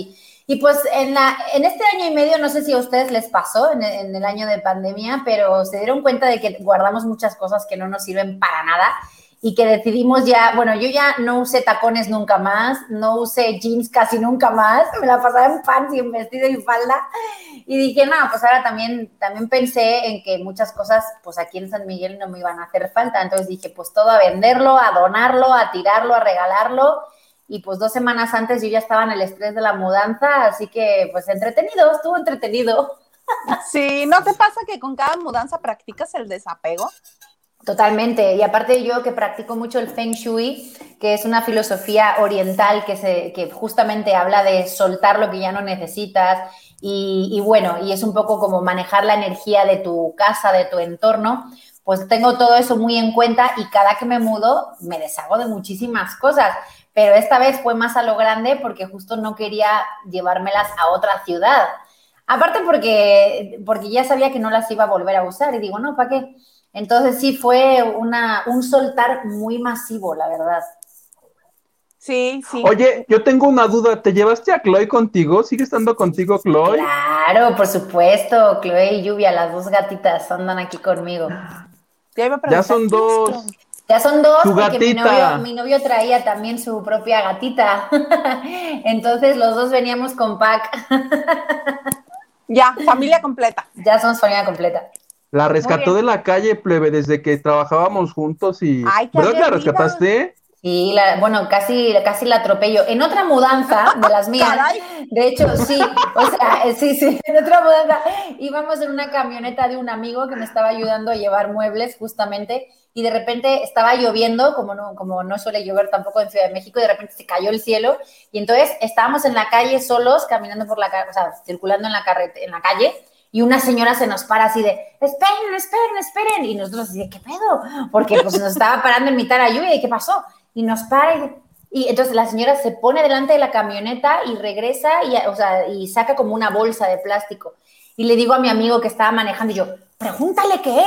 Y pues en este año y medio, no sé si a ustedes les pasó en el año de pandemia, pero se dieron cuenta de que guardamos muchas cosas que no nos sirven para nada y que decidimos ya, bueno, yo ya no usé tacones nunca más, no usé jeans casi nunca más, me la pasaba en pants y en vestido y falda. Y dije, no, pues ahora también pensé en que muchas cosas, pues aquí en San Miguel no me iban a hacer falta. Entonces dije, pues todo a venderlo, a donarlo, a tirarlo, a regalarlo. Y pues 2 semanas antes yo ya estaba en el estrés de la mudanza, así que pues estuvo entretenido. Sí, ¿no te pasa que con cada mudanza practicas el desapego? Totalmente, y aparte yo que practico mucho el Feng Shui, que es una filosofía oriental que justamente habla de soltar lo que ya no necesitas y bueno, y es un poco como manejar la energía de tu casa, de tu entorno, pues tengo todo eso muy en cuenta y cada que me mudo me deshago de muchísimas cosas, pero esta vez fue más a lo grande porque justo no quería llevármelas a otra ciudad. Aparte porque ya sabía que no las iba a volver a usar y digo, no, ¿para qué? Entonces sí fue un soltar muy masivo, la verdad. Sí, sí. Oye, yo tengo una duda. ¿Te llevaste a Chloe contigo? ¿Sigue estando contigo, Chloe? Claro, por supuesto. Chloe y Lluvia, las 2 gatitas, andan aquí conmigo. Ya son 2. Ya son 2 Su porque gatita. mi novio traía también su propia gatita. Entonces los 2 veníamos con pack. Ya, familia completa. Ya somos familia completa. La rescató de la calle, plebe, desde que trabajábamos juntos y... Ay, qué ¿Verdad que la aguerrida. rescataste? Sí, bueno, casi la atropello. En otra mudanza de las mías, Caray. de hecho, sí, o sea, sí, en otra mudanza íbamos en una camioneta de un amigo que me estaba ayudando a llevar muebles justamente y de repente estaba lloviendo, como no suele llover tampoco en Ciudad de México, y de repente se cayó el cielo y entonces estábamos en la calle solos, caminando por la calle, o sea, circulando en la calle y una señora se nos para así de, esperen, y nosotros así de, ¿qué pedo? Porque pues nos estaba parando en mitad de la lluvia y ¿qué pasó? Y nos para y entonces la señora se pone delante de la camioneta y regresa y saca como una bolsa de plástico. Y le digo a mi amigo que estaba manejando y yo, pregúntale qué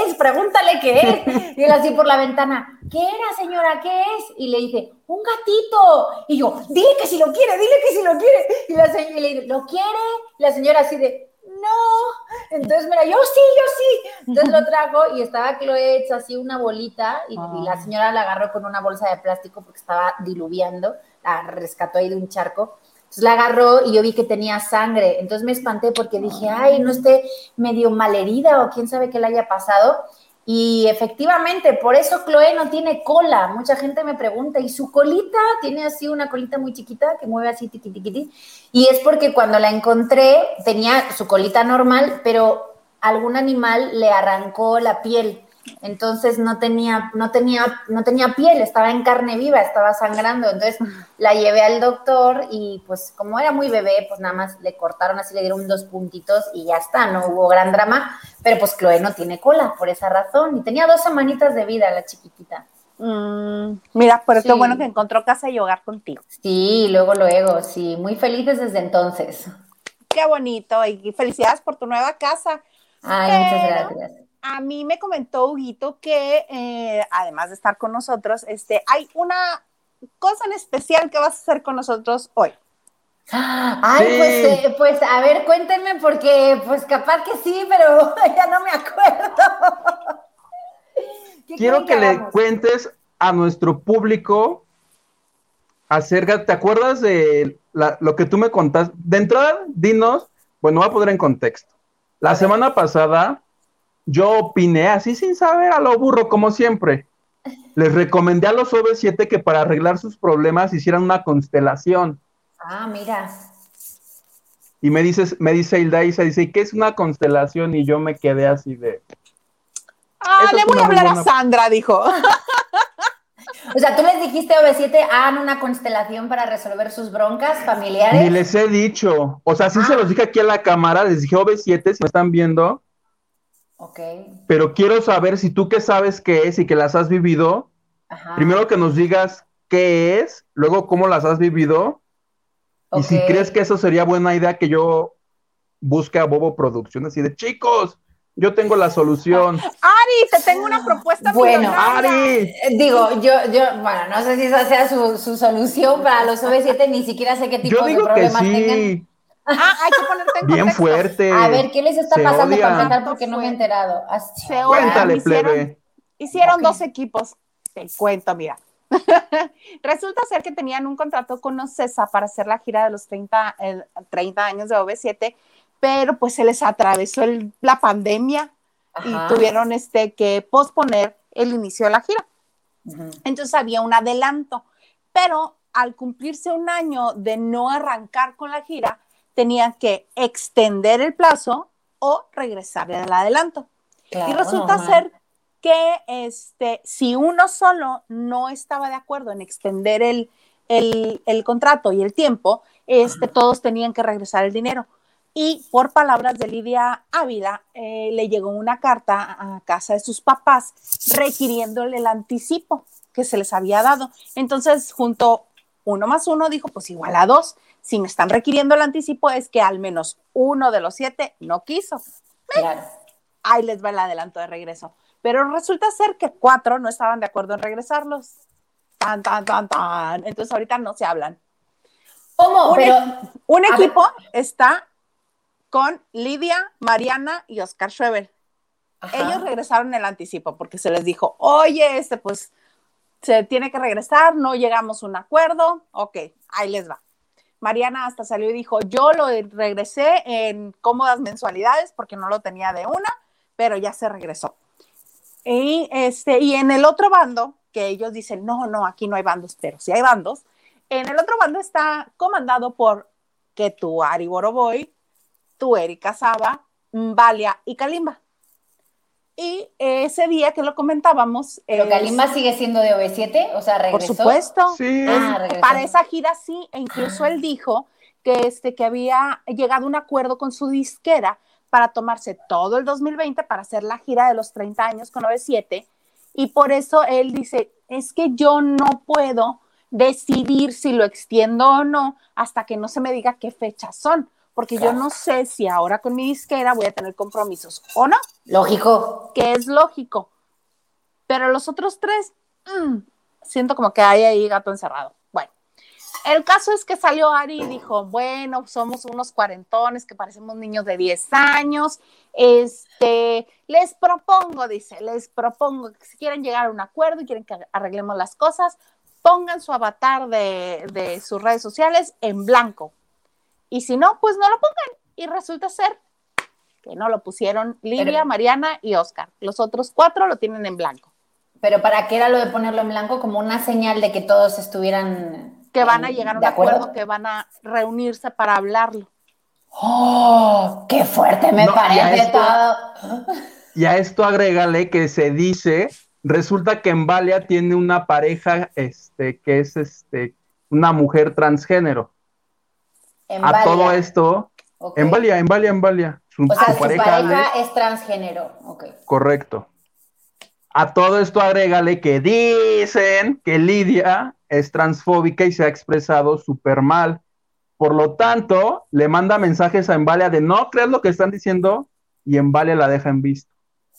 es. Y él así por la ventana, ¿qué era, señora? ¿Qué es? Y le dice, un gatito. Y yo, dile que si lo quiere. Y la señora le dice, ¿lo quiere? Y la señora así de, no. Entonces, mira, yo sí. Entonces lo trajo y estaba Chloe hecha así una bolita y la señora la agarró con una bolsa de plástico porque estaba diluviando, la rescató ahí de un charco. Entonces la agarró y yo vi que tenía sangre. Entonces me espanté porque dije, ay, no esté medio malherida o quién sabe qué le haya pasado. Y efectivamente, por eso Chloe no tiene cola. Mucha gente me pregunta, ¿y su colita? Tiene así una colita muy chiquita que mueve así tiqui. Y es porque cuando la encontré tenía su colita normal, pero algún animal le arrancó la piel. Entonces no tenía piel, estaba en carne viva, estaba sangrando. Entonces la llevé al doctor y pues como era muy bebé, pues nada más le cortaron así, le dieron 2 puntitos y ya está, no hubo gran drama. Pero pues Chloe no tiene cola por esa razón y tenía 2 semanitas de vida la chiquitita. Mira, pero Sí. qué bueno que encontró casa y hogar contigo. Sí, luego, sí, muy felices desde entonces. Qué bonito y felicidades por tu nueva casa. Ay, muchas gracias. A mí me comentó Huguito que además de estar con nosotros, hay una cosa en especial que vas a hacer con nosotros hoy. Ay, Sí. pues a ver, cuéntenme porque pues capaz que sí, pero ya no me acuerdo. Quiero que le cuentes a nuestro público acerca, ¿te acuerdas de lo que tú me contaste? De entrada, dinos, bueno, voy a poner en contexto. La semana pasada yo opiné así sin saber a lo burro, como siempre. Les recomendé a los OV7 que para arreglar sus problemas hicieran una constelación. Ah, mira. Y me dice Hilda Isa, dice, ¿qué es una constelación? Y yo me quedé así de... Le voy a hablar a Sandra, dijo. O sea, tú les dijiste a OV7, hagan una constelación para resolver sus broncas familiares. Ni les he dicho. O sea, sí se los dije aquí a la cámara, les dije OV7, si me están viendo. Ok. Pero quiero saber si tú que sabes qué es y que las has vivido, primero que nos digas qué es, luego cómo las has vivido, y si crees que eso sería buena idea que yo busque a Bobo Producciones y de chicos, yo tengo la solución. Ari, te tengo una propuesta. Bueno, Ari. Digo, yo, bueno, no sé si esa sea su solución para los OV7, ni siquiera sé qué tipo de problemas tengan. Hay que ponerte en Bien contexto. fuerte. A ver, ¿qué les está Se pasando para odian. empezar? Porque no me he enterado. Se odian. Cuéntale, plebe. Hicieron Ok. 2 equipos. Te cuento, mira. Resulta ser que tenían un contrato con Ocesa para hacer la gira de los 30 años de OV7, pero pues se les atravesó la pandemia y Ajá. tuvieron que posponer el inicio de la gira. Ujú. Entonces había un adelanto, pero al cumplirse un año de no arrancar con la gira, tenían que extender el plazo o regresar al adelanto. Claro, Y resulta normal. ser que si uno solo no estaba de acuerdo en extender el contrato y el tiempo, todos tenían que regresar el dinero. Y por palabras de Lidia Ávila, le llegó una carta a casa de sus papás requiriéndole el anticipo que se les había dado. Entonces, junto 1 más 1 dijo, pues igual a 2. Si me están requiriendo el anticipo es que al menos uno de los 7 no quiso. Claro. Ahí les va el adelanto de regreso. Pero resulta ser que 4 no estaban de acuerdo en regresarlos. Tan, tan, tan, tan. Entonces ahorita no se hablan. ¿Cómo? Un equipo está con Lidia, Mariana y Oscar Schroeber. Ajá. Ellos regresaron el anticipo porque se les dijo, oye, pues se tiene que regresar, no llegamos a un acuerdo. Ok, ahí les va. Mariana hasta salió y dijo, yo lo regresé en cómodas mensualidades porque no lo tenía de una, pero ya se regresó. Y en el otro bando, que ellos dicen, no, aquí no hay bandos, pero sí hay bandos, en el otro bando está comandado por que tú, Ari Boroboy, tú, Erika Saba, Valia y Kalimba. Y ese día que lo comentábamos... ¿Pero Kalimba sigue siendo de OV7? O sea, ¿regresó? Por supuesto. Sí. Regresó. Para esa gira sí, e incluso él dijo que había llegado a un acuerdo con su disquera para tomarse todo el 2020 para hacer la gira de los 30 años con OV7, y por eso él dice, es que yo no puedo decidir si lo extiendo o no hasta que no se me diga qué fechas son, porque yo no sé si ahora con mi disquera voy a tener compromisos o no. Lógico. Que es lógico. Pero los otros 3, siento como que hay ahí gato encerrado. Bueno, el caso es que salió Ari y dijo, bueno, somos unos cuarentones que parecemos niños de 10 años, les propongo que si quieren llegar a un acuerdo y quieren que arreglemos las cosas, pongan su avatar de sus redes sociales en blanco. Y si no, pues no lo pongan. Y resulta ser que no lo pusieron Lidia, Mariana y Oscar. Los otros 4 lo tienen en blanco. ¿Pero para qué era lo de ponerlo en blanco? Como una señal de que todos estuvieran... Que van a llegar a un acuerdo, que van a reunirse para hablarlo. ¡Oh! ¡Qué fuerte me parece todo! Y a esto agrégale que se dice, resulta que Embalia tiene una pareja que es una mujer transgénero. Embalia. A todo esto, okay. Embalia. Su pareja es transgénero. Okay. Correcto. A todo esto agrégale que dicen que Lidia es transfóbica y se ha expresado súper mal. Por lo tanto, le manda mensajes a Embalia de no creas lo que están diciendo, y Embalia la deja en visto.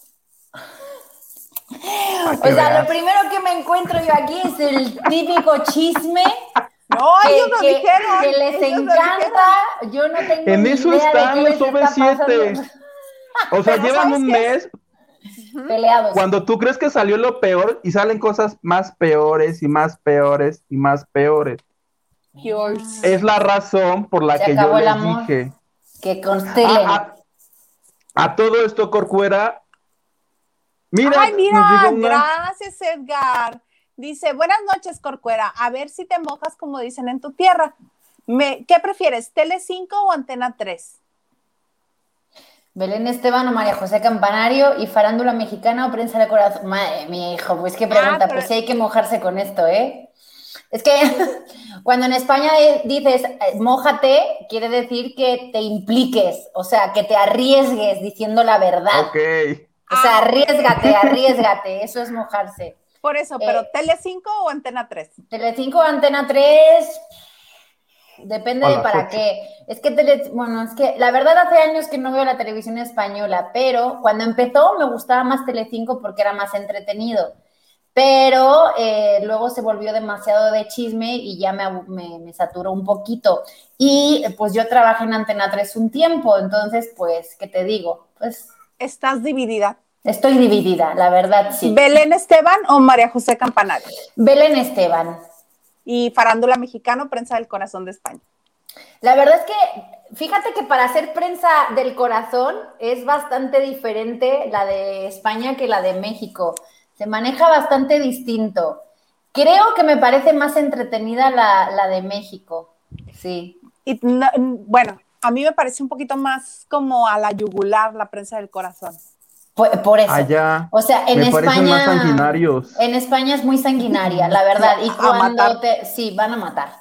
O sea, lo primero que me encuentro yo aquí es el típico chisme. No, ellos lo dijeron. Que les encanta. Yo no tengo en ni eso idea están de qué los les está OV7. pasando. O sea, llevan un mes peleados. Cuando tú crees que salió lo peor y salen cosas más peores y más peores y más peores. Es la razón por la que yo les dije. Que constelen. A todo esto, Corcuera. Mira, gracias, Edgar. Dice, buenas noches, Corcuera. A ver si te mojas como dicen en tu tierra. ¿Qué prefieres, Tele5 o Antena 3? Belén Esteban o María José Campanario y farándula mexicana o prensa de corazón. Madre, mi hijo, pues qué pregunta. Pues sí hay que mojarse con esto, ¿eh? Es que cuando en España dices mójate, quiere decir que te impliques, o sea, que te arriesgues diciendo la verdad. Ok. O sea, arriésgate, eso es mojarse. Por eso, pero ¿Tele5 o Antena 3? Tele5 o Antena 3, depende de para qué. Es que la verdad hace años que no veo la televisión española, pero cuando empezó me gustaba más Tele5 porque era más entretenido. pero luego se volvió demasiado de chisme y ya me saturó un poquito. Y pues yo trabajé en Antena 3 un tiempo, entonces, pues, ¿qué te digo? Pues Estás dividida. estoy dividida, la verdad, sí. ¿Belén Esteban o María José Campanario? Belén Esteban. Y farándula mexicano, prensa del corazón de España. La verdad es que, fíjate que para hacer prensa del corazón es bastante diferente la de España que la de México. Se maneja bastante distinto. Creo que me parece más entretenida la de México. Sí. Y bueno, a mí me parece un poquito más como a la yugular la prensa del corazón. Por eso. Allá. O sea, en me parecen más España. sanguinarios. En España es muy sanguinaria, la verdad. Y matar. sí, van a matar.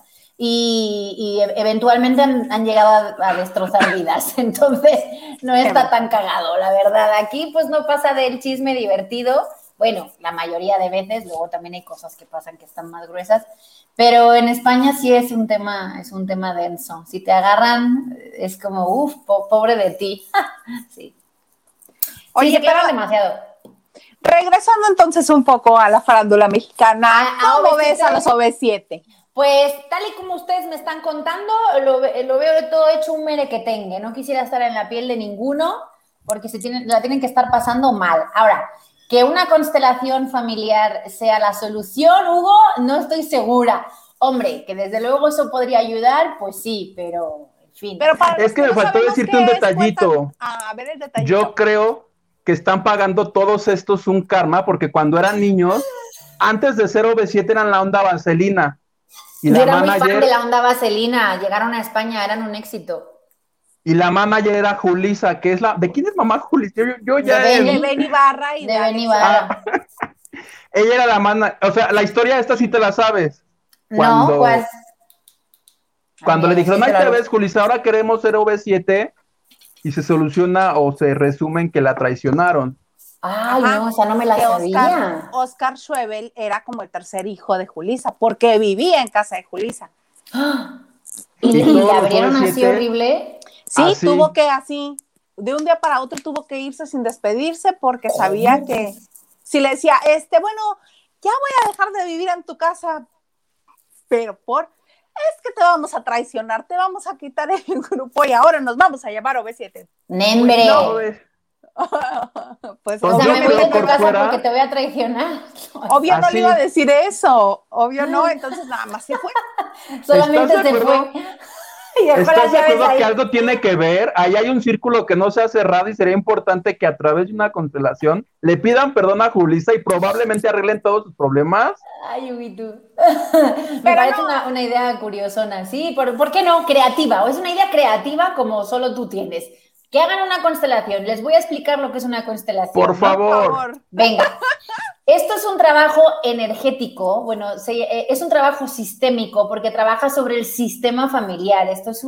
Y eventualmente han llegado a destrozar vidas. Entonces, no está tan cagado, la verdad. Aquí, pues, no pasa del chisme divertido. Bueno, la mayoría de veces, luego también hay cosas que pasan que están más gruesas. Pero en España sí es un tema denso. Si te agarran, es como, uff, pobre de ti. Sí. Oye, sí, se clavan demasiado. Regresando entonces un poco a la farándula mexicana, ¿cómo ves a los OV7? Pues tal y como ustedes me están contando, lo veo todo hecho un merequetengue. No quisiera estar en la piel de ninguno porque la tienen que estar pasando mal. Ahora, que una constelación familiar sea la solución, Hugo, no estoy segura. Hombre, que desde luego eso podría ayudar, pues sí, pero en fin. Pero es que me faltó decirte un detallito. A ver el detallito. Yo creo que están pagando todos estos un karma porque cuando eran niños, antes de ser OV7 eran la onda vaselina. Y yo era muy fan de la onda vaselina, llegaron a España, eran un éxito. Y la manager era Julisa, que es la... ¿De quién es mamá Julisa? Yo ya... De Benny Barra y de Benny Barra. Ella era la manager, o sea, la historia esta sí te la sabes. Cuando, no, ¿cuál? Cuando le dijeron, ay, te ves, Julisa, ahora queremos ser OV7, y se soluciona o se resume en que la traicionaron. Ay, no, o sea, no me la sabía. Oscar Schwebel era como el tercer hijo de Julisa, porque vivía en casa de Julisa. ¿Y le abrieron así horrible? Sí, así. Tuvo que de un día para otro tuvo que irse sin despedirse porque sabía que si le decía, bueno, ya voy a dejar de vivir en tu casa, pero es que te vamos a traicionar, te vamos a quitar el grupo y ahora nos vamos a llevar OV7. ¡Nembre! Pues o sea, me voy de tu casa porque te voy a traicionar. Obvio no le iba a decir eso, obvio no, entonces nada más se fue. Solamente se fue. ¿Estás de acuerdo que algo tiene que ver? Ahí hay un círculo que no se ha cerrado y sería importante que a través de una constelación le pidan perdón a Julisa y probablemente arreglen todos sus problemas. Ay, Huguito. Me parece una idea curiosona. Sí, ¿por qué no? Creativa. O es una idea creativa como solo tú tienes. Que hagan una constelación. Les voy a explicar lo que es una constelación. Por favor. ¿No? Venga. Esto es un trabajo energético, bueno, es un trabajo sistémico porque trabaja sobre el sistema familiar. Esto es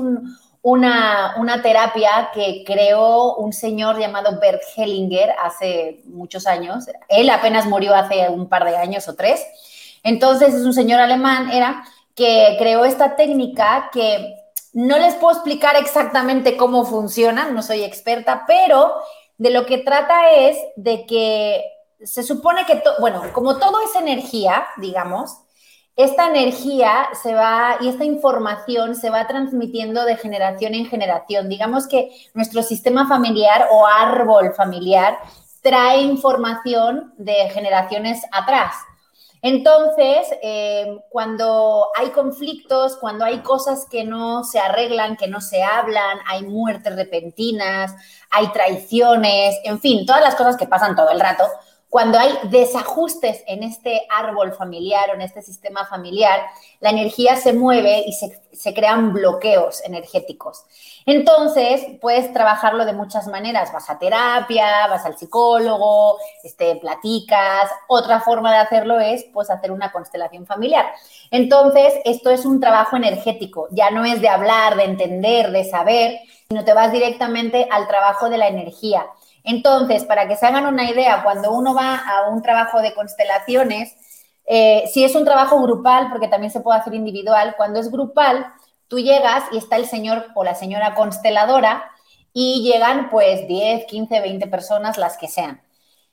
una terapia que creó un señor llamado Bert Hellinger hace muchos años. Él apenas murió hace un par de años o 3. Entonces es un señor alemán, que creó esta técnica que no les puedo explicar exactamente cómo funciona, no soy experta, pero de lo que trata es de que se supone que, como todo es energía, digamos, esta energía y esta información se va transmitiendo de generación en generación. Digamos que nuestro sistema familiar o árbol familiar trae información de generaciones atrás. Entonces, cuando hay conflictos, cuando hay cosas que no se arreglan, que no se hablan, hay muertes repentinas, hay traiciones, en fin, todas las cosas que pasan todo el rato, cuando hay desajustes en este árbol familiar o en este sistema familiar, la energía se mueve y se crean bloqueos energéticos. Entonces, puedes trabajarlo de muchas maneras. Vas a terapia, vas al psicólogo, platicas. Otra forma de hacerlo es, pues, hacer una constelación familiar. Entonces, esto es un trabajo energético. Ya no es de hablar, de entender, de saber, sino te vas directamente al trabajo de la energía. Entonces, para que se hagan una idea, cuando uno va a un trabajo de constelaciones, si es un trabajo grupal, porque también se puede hacer individual, cuando es grupal, tú llegas y está el señor o la señora consteladora y llegan pues 10, 15, 20 personas, las que sean.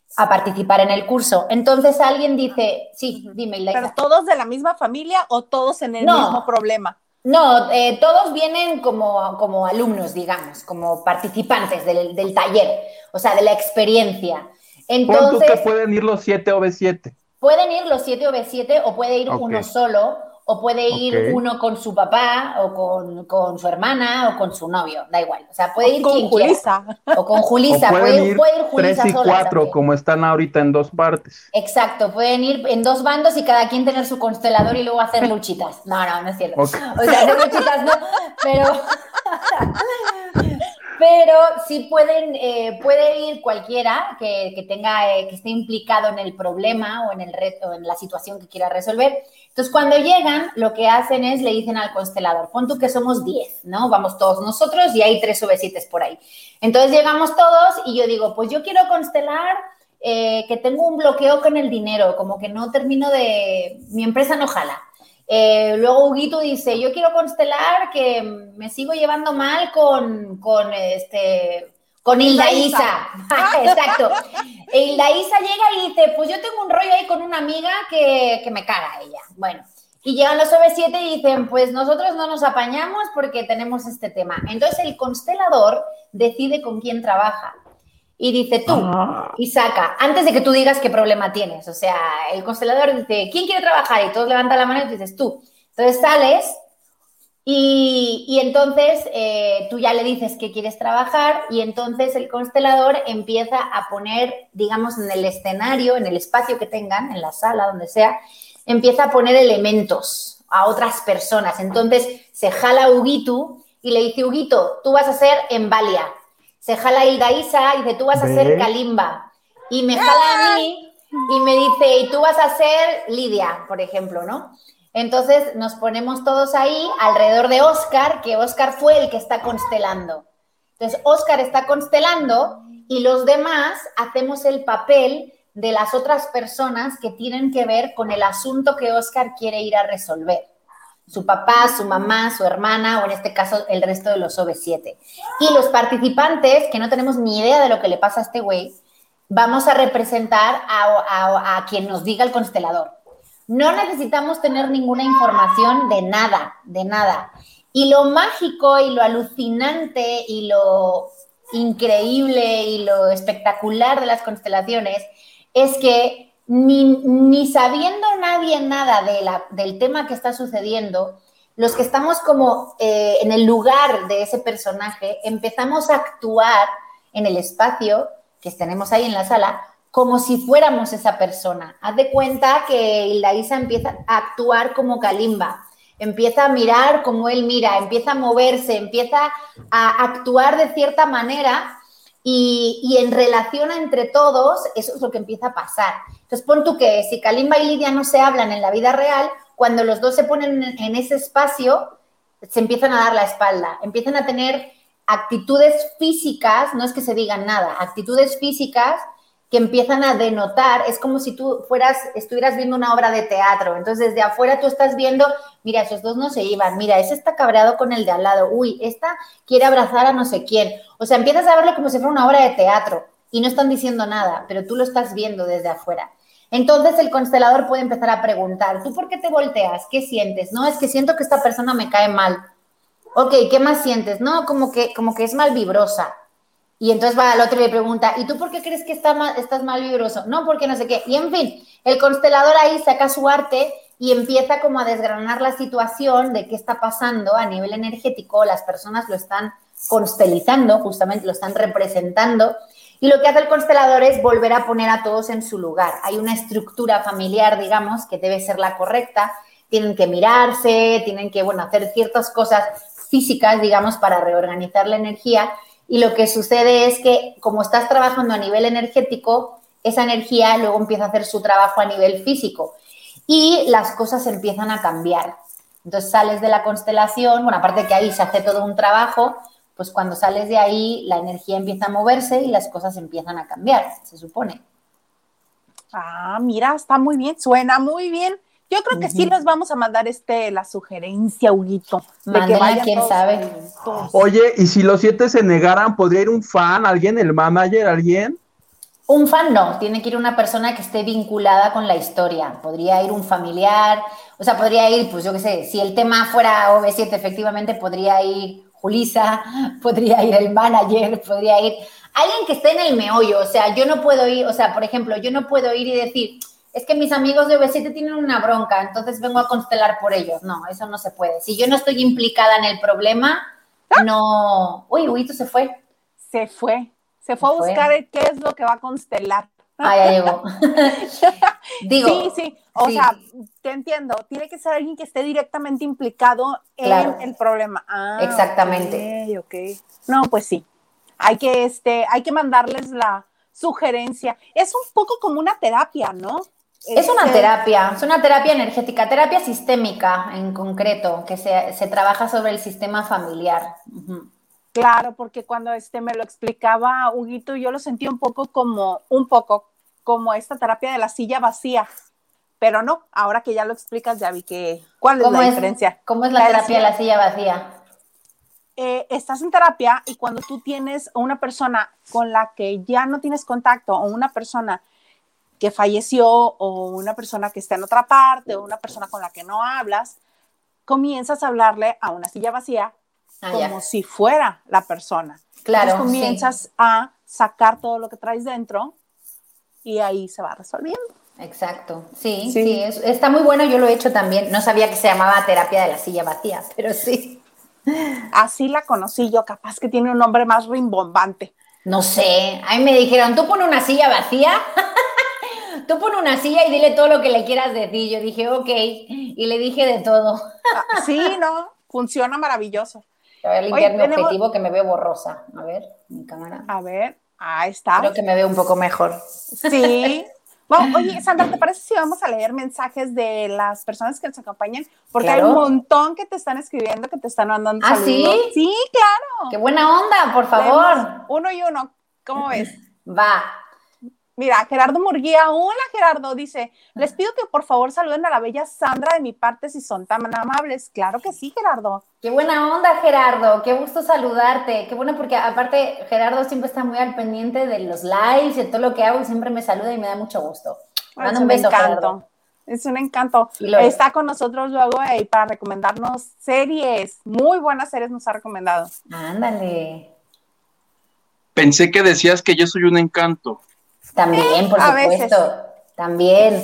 a participar en el curso. Entonces alguien dice, sí, dime, Ilaisa. ¿Pero todos de la misma familia o todos en el mismo problema? No, todos vienen como alumnos, digamos, como participantes del taller, o sea, de la experiencia. Entonces, ¿pon tú que pueden ir los 7 OV7? Pueden ir los 7 OV7 o puede ir uno solo, o puede ir uno con su papá, o con su hermana, o con su novio, da igual. O sea, puede ir quien Julisa. Quiera. O con Julisa. Puede ir Julisa 3 y 4, como están ahorita en 2 partes. Exacto, pueden ir en 2 bandos y cada quien tener su constelador y luego hacer luchitas. No es cierto. Okay. O sea, hacer luchitas no, pero sí puede ir cualquiera que tenga, que esté implicado en el problema o en el reto, o en la situación que quiera resolver. Entonces, cuando llegan, lo que hacen es, le dicen al constelador, pon tú que somos 10, ¿no? Vamos todos nosotros y hay 3 OV7 por ahí. Entonces, llegamos todos y yo digo, pues yo quiero constelar que tengo un bloqueo con el dinero, como que no termino mi empresa no jala. Luego Huguito dice, yo quiero constelar que me sigo llevando mal con Hilda Isa. Exacto. Hilda Isa llega y dice, pues yo tengo un rollo ahí con una amiga que me caga ella. Bueno, y llegan los OV7 y dicen, pues nosotros no nos apañamos porque tenemos este tema. Entonces el constelador decide con quién trabaja. Y dice tú, y saca, antes de que tú digas qué problema tienes. O sea, el constelador dice, ¿quién quiere trabajar? Y todos levantan la mano y dices tú. Entonces sales y entonces tú ya le dices que quieres trabajar y entonces el constelador empieza a poner, digamos, en el escenario, en el espacio que tengan, en la sala, donde sea, empieza a poner elementos a otras personas. Entonces se jala a Huguito y le dice, Huguito, tú vas a ser Embalia. Se jala a Hilda Isa y dice, tú vas a ser Kalimba. Y me jala a mí y me dice, y tú vas a ser Lidia, por ejemplo, ¿no? Entonces nos ponemos todos ahí alrededor de Óscar, que Óscar fue el que está constelando. Entonces Óscar está constelando y los demás hacemos el papel de las otras personas que tienen que ver con el asunto que Óscar quiere ir a resolver. Su papá, su mamá, su hermana o en este caso el resto de los OV7. Y los participantes, que no tenemos ni idea de lo que le pasa a este güey, vamos a representar a quien nos diga el constelador. No necesitamos tener ninguna información de nada, de nada. Y lo mágico y lo alucinante y lo increíble y lo espectacular de las constelaciones es que ni sabiendo nadie nada del tema que está sucediendo, los que estamos como en el lugar de ese personaje, empezamos a actuar en el espacio que tenemos ahí en la sala como si fuéramos esa persona. Haz de cuenta que Hilda Isa empieza a actuar como Kalimba, empieza a mirar como él mira, empieza a moverse, empieza a actuar de cierta manera y en relación entre todos, eso es lo que empieza a pasar. Entonces, pon tú que si Kalimba y Lidia no se hablan en la vida real, cuando los dos se ponen en ese espacio, se empiezan a dar la espalda, empiezan a tener actitudes físicas, no es que se digan nada, actitudes físicas que empiezan a denotar, es como si tú estuvieras viendo una obra de teatro, entonces desde afuera tú estás viendo, mira, esos dos no se iban, mira, ese está cabreado con el de al lado, uy, esta quiere abrazar a no sé quién, o sea, empiezas a verlo como si fuera una obra de teatro y no están diciendo nada, pero tú lo estás viendo desde afuera. Entonces el constelador puede empezar a preguntar, ¿tú por qué te volteas? ¿Qué sientes? No, es que siento que esta persona me cae mal. Ok, ¿qué más sientes? No, como que es mal vibrosa. Y entonces va al otro y le pregunta, ¿y tú por qué crees que estás mal vibroso? No, porque no sé qué. Y en fin, el constelador ahí saca su arte y empieza como a desgranar la situación de qué está pasando a nivel energético. Las personas lo están constelizando, justamente lo están representando. Y lo que hace el constelador es volver a poner a todos en su lugar. Hay una estructura familiar, digamos, que debe ser la correcta. Tienen que mirarse, tienen que, hacer ciertas cosas físicas, digamos, para reorganizar la energía. Y lo que sucede es que, como estás trabajando a nivel energético, esa energía luego empieza a hacer su trabajo a nivel físico. Y las cosas empiezan a cambiar. Entonces sales de la constelación, aparte que ahí se hace todo un trabajo, pues cuando sales de ahí la energía empieza a moverse y las cosas empiezan a cambiar, se supone. Ah, mira, está muy bien, suena muy bien. Yo creo que sí les vamos a mandar la sugerencia, Huguito. Mándenla, quién sabe. Oye, y si los 7 se negaran, ¿podría ir un fan, alguien, el manager, alguien? Un fan no, tiene que ir una persona que esté vinculada con la historia. Podría ir un familiar, o sea, podría ir, pues yo qué sé, si el tema fuera OV7, efectivamente podría ir Julisa, podría ir el manager, podría ir alguien que esté en el meollo. O sea, yo no puedo ir, o sea, por ejemplo, yo no puedo ir y decir, es que mis amigos de OV7 tienen una bronca, entonces vengo a constelar por ellos. No, eso no se puede. Si yo no estoy implicada en el problema, no. Uy, Huguito se fue. Se fue. Se fue a buscar qué es lo que va a constelar. Ah, ya llegó. Digo, sí, o sí. sea, te entiendo. Tiene que ser alguien que esté directamente implicado en el problema. Ah, exactamente. Ok. No, pues sí. Hay que mandarles la sugerencia. Es un poco como una terapia, ¿no? Es una terapia energética, terapia sistémica en concreto, que se trabaja sobre el sistema familiar. Uh-huh. Claro, porque cuando me lo explicaba Huguito, yo lo sentí un poco como esta terapia de la silla vacía, pero no, ahora que ya lo explicas ya vi cuál es la diferencia. ¿Cómo es la terapia de la silla vacía? Estás en terapia y cuando tú tienes una persona con la que ya no tienes contacto o una persona que falleció o una persona que está en otra parte o una persona con la que no hablas, comienzas a hablarle a una silla vacía como si fuera la persona. Claro. Entonces comienzas a sacar todo lo que traes dentro y ahí se va resolviendo. Exacto. Sí, está muy bueno, yo lo he hecho también. No sabía que se llamaba terapia de la silla vacía, pero sí. Así la conocí yo, capaz que tiene un nombre más rimbombante. No sé, a mí me dijeron, tú pon una silla vacía, tú pon una silla y dile todo lo que le quieras decir. Yo dije, ok, y le dije de todo. Sí, no, funciona maravilloso. Voy a limpiar mi objetivo que me veo borrosa. A ver, mi cámara. A ver, ahí está. Creo que me veo un poco mejor. Sí. Bueno, oye, Sandra, ¿te parece si vamos a leer mensajes de las personas que nos acompañan? Porque hay un montón que te están escribiendo, que te están mandando saludos. ¿Sí? Sí, claro. ¡Qué buena onda, por favor! Leemos uno y uno. ¿Cómo ves? Va. Mira, Gerardo Murguía, hola Gerardo, dice, les pido que por favor saluden a la bella Sandra de mi parte si son tan amables. Claro que sí, Gerardo. Qué buena onda, Gerardo, qué gusto saludarte. Qué bueno porque aparte Gerardo siempre está muy al pendiente de los lives y de todo lo que hago y siempre me saluda y me da mucho gusto. Manda un beso, Gerardo. Es un encanto. Está con nosotros luego para recomendarnos series. Muy buenas series nos ha recomendado. Ándale. Pensé que decías que yo soy un encanto. También, por supuesto. Veces. También.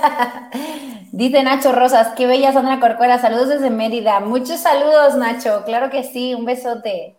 Dice Nacho Rosas, qué bella Sandra Corcuera, saludos desde Mérida. Muchos saludos, Nacho, claro que sí, un besote.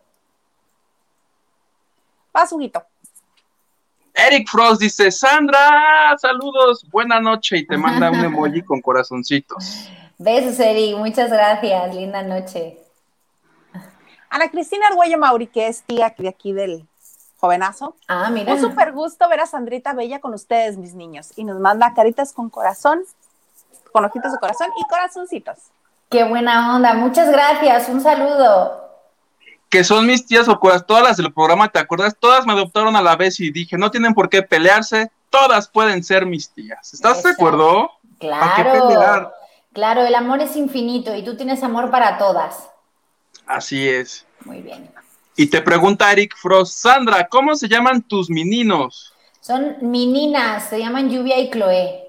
Vas, Huguito. Eric Frost dice, Sandra, saludos, buena noche, y te manda un emoji con corazoncitos. Besos, Eric, muchas gracias, linda noche. Ana Cristina Argüello Mauri, que es tía de aquí del jovenazo. Ah, mira. Un súper gusto ver a Sandrita Bella con ustedes, mis niños. Y nos manda caritas con corazón, con ojitos de corazón y corazoncitos. Qué buena onda, muchas gracias, un saludo. Que son mis tías Ocuras, todas las del programa, ¿te acuerdas? Todas me adoptaron a la vez y dije, no tienen por qué pelearse, todas pueden ser mis tías. ¿Estás de acuerdo? Claro, ¿Para qué pelear? Claro, el amor es infinito y tú tienes amor para todas. Así es. Muy bien. Y te pregunta Eric Frost, Sandra, ¿cómo se llaman tus meninos? Son meninas, se llaman Lluvia y Chloe.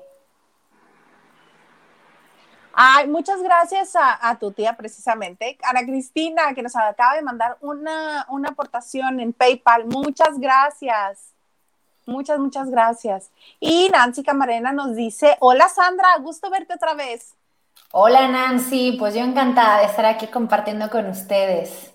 Ay, muchas gracias a tu tía precisamente, Ana Cristina, que nos acaba de mandar una aportación en PayPal. Muchas gracias. Muchas gracias. Y Nancy Camarena nos dice, hola Sandra, gusto verte otra vez. Hola Nancy, pues yo encantada de estar aquí compartiendo con ustedes.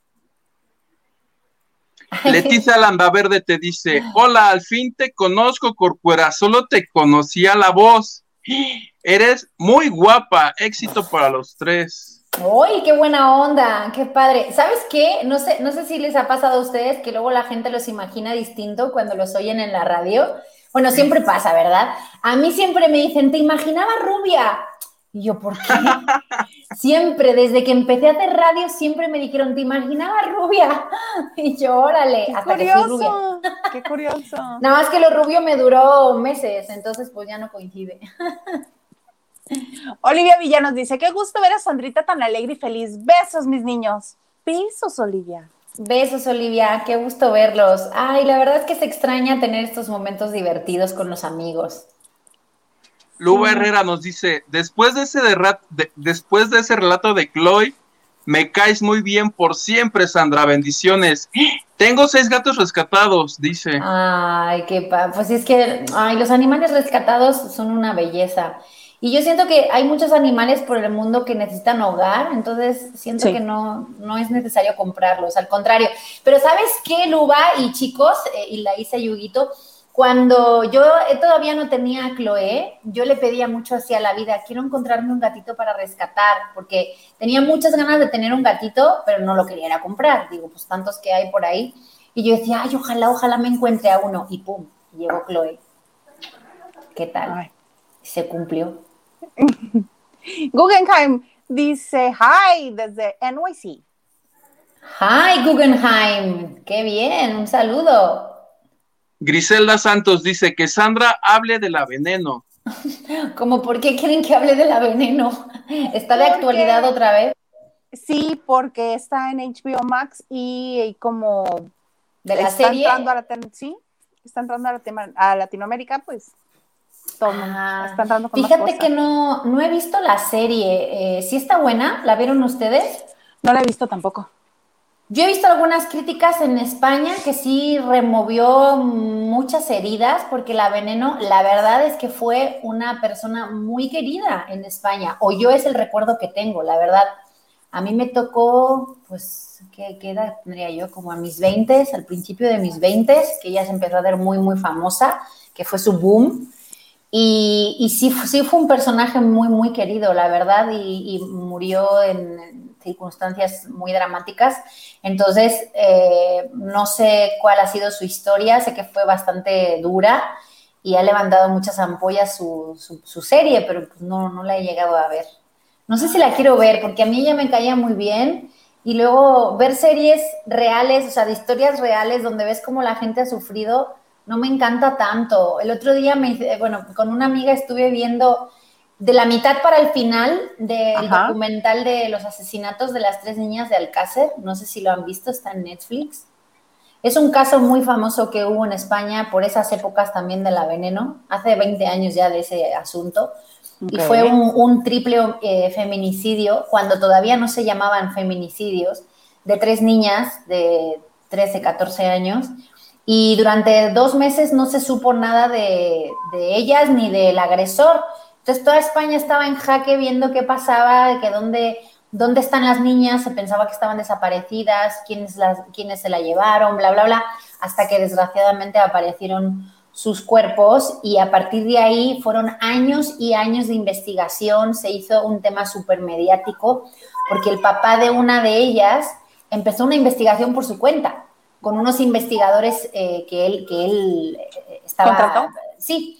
Leticia Landaverde te dice, hola, al fin te conozco, Corcuera, solo te conocía la voz. Eres muy guapa, éxito para los tres. ¡Uy, qué buena onda! ¡Qué padre! ¿Sabes qué? No sé si les ha pasado a ustedes que luego la gente los imagina distinto cuando los oyen en la radio. Bueno, siempre pasa, ¿verdad? A mí siempre me dicen, ¿te imaginabas rubia? Y yo, ¿por qué? Siempre, desde que empecé a hacer radio, siempre me dijeron, ¿te imaginabas rubia? Y yo, órale, qué hasta curioso, que fui rubia. Qué curioso. Nada más que lo rubio me duró meses, entonces pues ya no coincide. Olivia Villa nos dice, qué gusto ver a Sandrita tan alegre y feliz. Besos, mis niños. Besos, Olivia. Besos, Olivia, qué gusto verlos. Ay, la verdad es que se extraña tener estos momentos divertidos con los amigos. Luba Sí. Herrera nos dice, después de ese relato de Chloe, me caes muy bien por siempre, Sandra, bendiciones. Tengo 6 gatos rescatados, dice. Ay, pues es que, ay, los animales rescatados son una belleza. Y yo siento que hay muchos animales por el mundo que necesitan hogar, entonces siento que Sí. no es necesario comprarlos, al contrario. Pero ¿sabes qué, Luba y chicos, y la hice Yuguito? Cuando yo todavía no tenía a Chloe, yo le pedía mucho hacia la vida, quiero encontrarme un gatito para rescatar, porque tenía muchas ganas de tener un gatito, pero no lo quería ir a comprar. Digo, pues tantos que hay por ahí. Y yo decía, ay, ojalá me encuentre a uno. Y pum, llegó Chloe. ¿Qué tal? Ay. Se cumplió. Guggenheim dice hi desde NYC. Hi, Guggenheim. Qué bien, un saludo. Griselda Santos dice que Sandra hable de la veneno. ¿Cómo por qué quieren que hable de la veneno? ¿Está de actualidad Porque, otra vez? sí, porque está en HBO Max y como ¿De la está serie? entrando sí, está entrando a Latinoamérica, pues todo el mundo está Ah, entrando con más fíjate que fuerza. no he visto la serie. ¿Sí está buena? ¿La vieron ustedes? No la he visto tampoco. Yo he visto algunas críticas en España que sí removió muchas heridas, porque la Veneno, la verdad es que fue una persona muy querida en España, o yo es el recuerdo que tengo, la verdad. A mí me tocó, pues, ¿qué edad tendría yo? Como a mis 20, al principio de mis 20, que ella se empezó a ver muy, muy famosa, que fue su boom. Y sí fue un personaje muy, muy querido, la verdad, y murió en circunstancias muy dramáticas. Entonces, no sé cuál ha sido su historia, sé que fue bastante dura y ha levantado muchas ampollas su serie, pero pues no la he llegado a ver. No sé si la quiero ver, porque a mí ella me caía muy bien. Y luego ver series reales, o sea, de historias reales donde ves cómo la gente ha sufrido, no me encanta tanto. El otro día, bueno, con una amiga estuve viendo de la mitad para el final del Ajá. documental de los asesinatos de las 3 niñas de Alcácer. No sé si lo han visto, está en Netflix. Es un caso muy famoso que hubo en España por esas épocas también de la veneno, hace 20 años ya de ese asunto, y Ok. fue un triple feminicidio, cuando todavía no se llamaban feminicidios, de 3 niñas de 13, 14 años, y durante 2 meses no se supo nada de ellas ni del agresor. Entonces toda España estaba en jaque viendo qué pasaba, que dónde están las niñas, se pensaba que estaban desaparecidas, quiénes se la llevaron, bla, bla, bla, hasta que desgraciadamente aparecieron sus cuerpos, y a partir de ahí fueron años y años de investigación, se hizo un tema súper mediático, porque el papá de una de ellas empezó una investigación por su cuenta, con unos investigadores que él estaba, ¿Contrató? sí,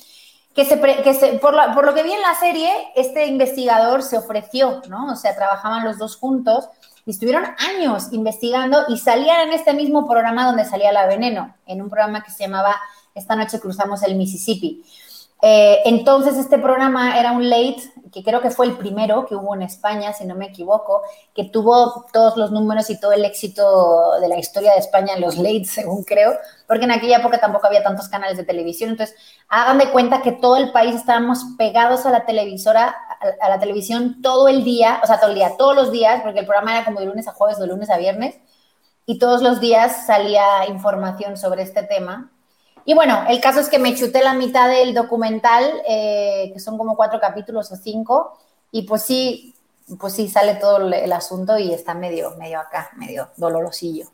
por lo que vi en la serie, este investigador se ofreció, ¿no? O sea, trabajaban los dos juntos y estuvieron años investigando y salían en este mismo programa donde salía la Veneno, en un programa que se llamaba Esta noche cruzamos el Mississippi. Entonces, este programa era un late, que creo que fue el primero que hubo en España, si no me equivoco, que tuvo todos los números y todo el éxito de la historia de España en los lates, según creo, porque en aquella época tampoco había tantos canales de televisión. Entonces, hagan de cuenta que todo el país estábamos pegados a la televisora, a la televisión todo el día, o sea, todo el día, todos los días, porque el programa era como de lunes a jueves, de lunes a viernes, y todos los días salía información sobre este tema. Y bueno, el caso es que me chuté la mitad del documental, que son como 4 capítulos o 5, y pues sí sale todo el asunto y está medio acá, medio dolorosillo.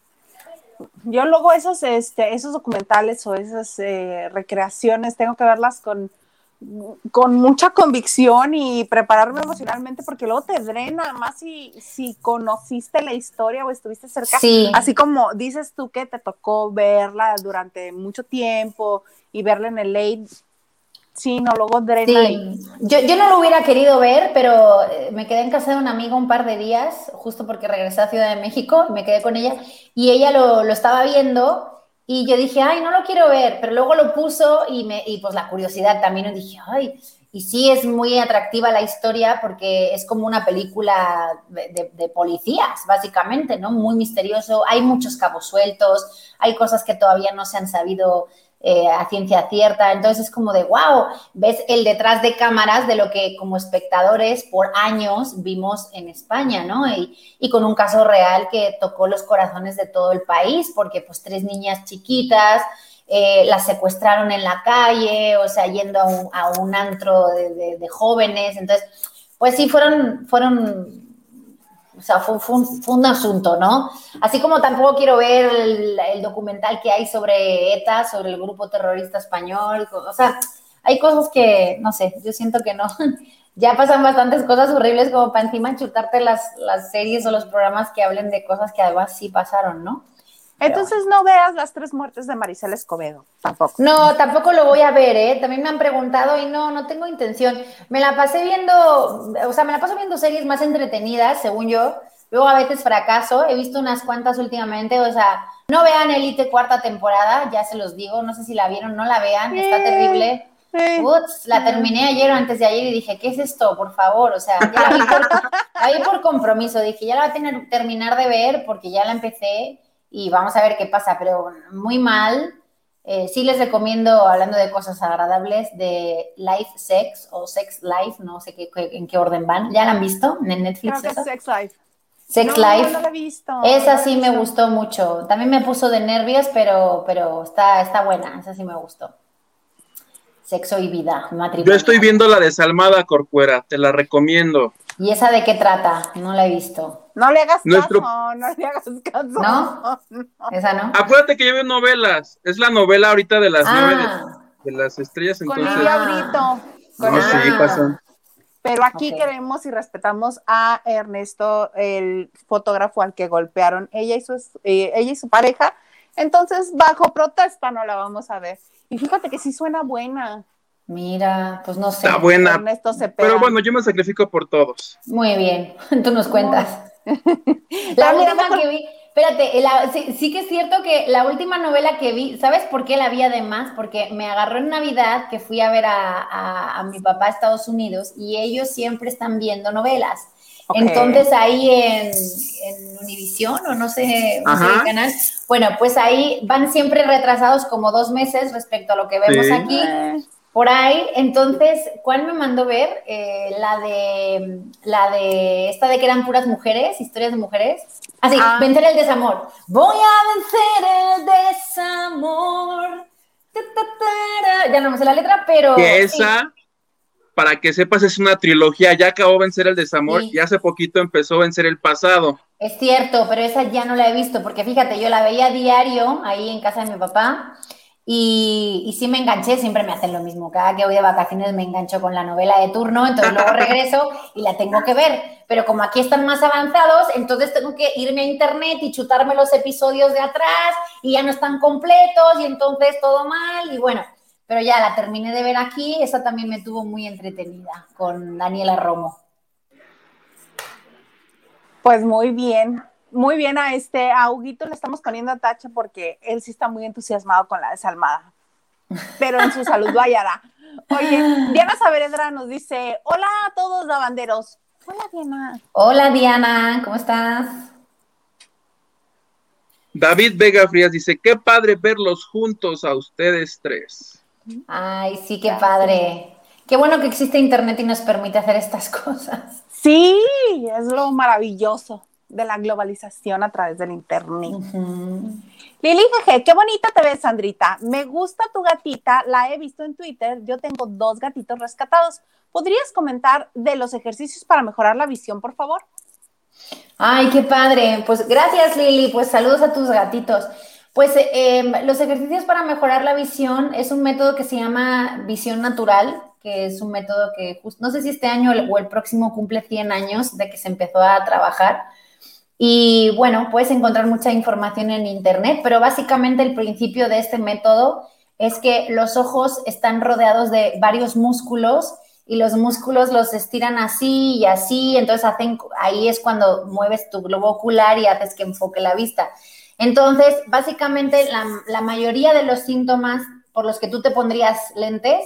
Yo luego esos documentales o esas recreaciones tengo que verlas con mucha convicción y prepararme emocionalmente porque luego te drena más si conociste la historia o estuviste cerca, Sí, así como dices tú que te tocó verla durante mucho tiempo y verla en el late, sí, no, luego drena y sí, yo no lo hubiera querido ver, pero me quedé en casa de una amiga un par de días, justo porque regresé a Ciudad de México, me quedé con ella, y ella lo estaba viendo, y yo dije, ay, no lo quiero ver, pero luego lo puso, y pues la curiosidad también, y dije, ay, Y sí es muy atractiva la historia porque es como una película de policías, básicamente, ¿no? Muy misterioso, hay muchos cabos sueltos, hay cosas que todavía no se han sabido a ciencia cierta, entonces es como de wow, ves el detrás de cámaras de lo que como espectadores por años vimos en España, ¿no? Y con un caso real que tocó los corazones de todo el país, porque pues 3 niñas chiquitas las secuestraron en la calle, o sea, yendo a un antro de jóvenes, entonces, pues sí, fueron o sea, fue un asunto, ¿no? Así como tampoco quiero ver el documental que hay sobre ETA, sobre el grupo terrorista español, o sea, hay cosas que, no sé, yo siento que no, ya pasan bastantes cosas horribles como para encima chutarte las series o los programas que hablen de cosas que además sí pasaron, ¿no? Entonces no veas Las 3 muertes de Marisela Escobedo, tampoco. No, tampoco lo voy a ver, ¿eh? También me han preguntado y no tengo intención. Me la pasé viendo, o sea, me la paso viendo series más entretenidas, según yo. Luego a veces fracaso, he visto unas cuantas últimamente, o sea, no vean Elite 4ª temporada, ya se los digo, no sé si la vieron, no la vean, está terrible. Uts, la terminé ayer o antes de ayer y dije, ¿qué es esto? Por favor, o sea, ya la vi por compromiso, dije, ya la voy a terminar de ver porque ya la empecé y vamos a ver qué pasa, pero muy mal. Sí les recomiendo, hablando de cosas agradables, de Life Sex o Sex Life, no sé en qué orden van. ¿Ya la han visto en Netflix? Creo que es Sex Life. Sex Life. No la he visto. Esa sí me gustó mucho. También me puso de nervios, pero está buena. Esa sí me gustó. Sexo y vida, matrimonio. Yo estoy viendo la Desalmada, Corcuera, te la recomiendo. ¿Y esa de qué trata? No la he visto. No le hagas caso, no le hagas caso. ¿No? Esa no. Acuérdate que yo veo novelas. Es la novela ahorita de las 9 de las estrellas. Con Entonces... Lidia Brito. No, sí, pasan. Pero aquí queremos y respetamos a Ernesto, el fotógrafo al que golpearon ella y su pareja. Entonces, bajo protesta no la vamos a ver. Y fíjate que sí suena buena. Mira, pues no sé. Está buena. Ernesto Cepeda. Pero bueno, yo me sacrifico por todos. Muy bien, tú nos cuentas. La última que vi, espérate, sí que es cierto que la última novela que vi, ¿sabes por qué la vi además? Porque me agarró en Navidad que fui a ver a mi papá a Estados Unidos y ellos siempre están viendo novelas. Okay. Entonces ahí en Univisión o no sé qué canal, bueno, pues ahí van siempre retrasados como 2 meses respecto a lo que vemos aquí. Por ahí, entonces, ¿cuál me mandó ver? La de esta de que eran puras mujeres, historias de mujeres. Vencer el desamor. Voy a vencer el desamor. Ya no me sé la letra, pero... Que esa, para que sepas, es una trilogía. Ya acabó Vencer el desamor y hace poquito empezó Vencer el pasado. Es cierto, pero esa ya no la he visto, porque fíjate, yo la veía a diario ahí en casa de mi papá. Y sí me enganché, siempre me hacen lo mismo, cada que voy de vacaciones me engancho con la novela de turno, entonces luego regreso y la tengo que ver, pero como aquí están más avanzados, entonces tengo que irme a internet y chutarme los episodios de atrás y ya no están completos y entonces todo mal y bueno, pero ya la terminé de ver aquí, esa también me tuvo muy entretenida con Daniela Romo. Pues muy bien. Muy bien, a Huguito le estamos poniendo a tacha porque él sí está muy entusiasmado con la Desalmada, pero en su salud lo hallará. Oye, Diana Saavedra nos dice, hola a todos lavanderos. Hola, Diana. Hola, Diana, ¿cómo estás? David Vega Frías dice, qué padre verlos juntos a ustedes 3. Ay, sí, qué padre. Qué bueno que existe internet y nos permite hacer estas cosas. Sí, es lo maravilloso de la globalización a través del internet. Lili Jeje, qué bonita te ves, Sandrita. Me gusta tu gatita, la he visto en Twitter. Yo tengo 2 gatitos rescatados. ¿Podrías comentar de los ejercicios para mejorar la visión, por favor? Ay, qué padre. Pues gracias, Lili. Pues saludos a tus gatitos. Pues los ejercicios para mejorar la visión es un método que se llama visión natural, que es un método que no sé si este año o el próximo cumple 100 años de que se empezó a trabajar. Y bueno, puedes encontrar mucha información en internet, pero básicamente el principio de este método es que los ojos están rodeados de varios músculos y los músculos los estiran así y así, entonces ahí es cuando mueves tu globo ocular y haces que enfoque la vista. Entonces, básicamente la mayoría de los síntomas por los que tú te pondrías lentes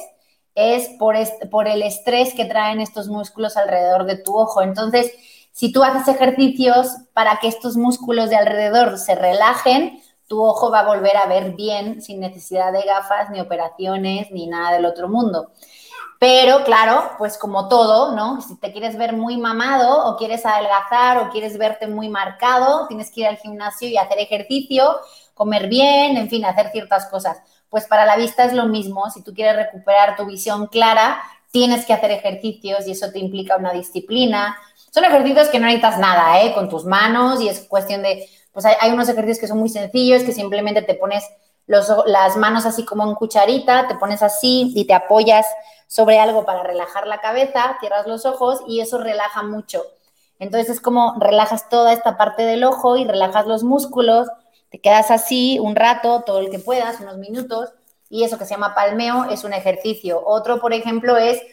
es por el estrés que traen estos músculos alrededor de tu ojo. Entonces, si tú haces ejercicios para que estos músculos de alrededor se relajen, tu ojo va a volver a ver bien sin necesidad de gafas, ni operaciones, ni nada del otro mundo. Pero claro, pues como todo, ¿no? Si te quieres ver muy mamado o quieres adelgazar o quieres verte muy marcado, tienes que ir al gimnasio y hacer ejercicio, comer bien, en fin, hacer ciertas cosas. Pues para la vista es lo mismo. Si tú quieres recuperar tu visión clara, tienes que hacer ejercicios y eso te implica una disciplina. Son ejercicios que no necesitas nada, con tus manos, y es cuestión de, pues hay unos ejercicios que son muy sencillos, que simplemente te pones las manos así como en cucharita, te pones así y te apoyas sobre algo para relajar la cabeza, cierras los ojos y eso relaja mucho. Entonces es como relajas toda esta parte del ojo y relajas los músculos, te quedas así un rato, todo el que puedas, unos minutos, y eso que se llama palmeo es un ejercicio. Otro, por ejemplo, es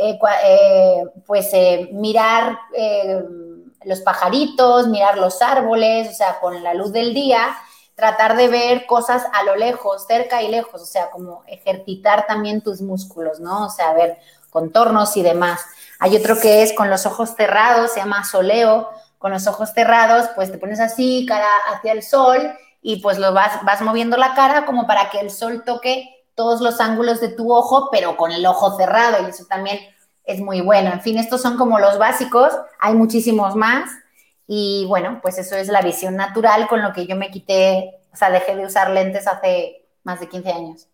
mirar los pajaritos, mirar los árboles, o sea, con la luz del día, tratar de ver cosas a lo lejos, cerca y lejos, o sea, como ejercitar también tus músculos, ¿no? O sea, ver contornos y demás. Hay otro que es con los ojos cerrados, se llama soleo. Con los ojos cerrados, pues te pones así, cara hacia el sol, y pues vas moviendo la cara como para que el sol toque todos los ángulos de tu ojo, pero con el ojo cerrado, y eso también es muy bueno. En fin, estos son como los básicos, hay muchísimos más, y bueno, pues eso es la visión natural con lo que yo me quité, o sea, dejé de usar lentes hace más de 15 años.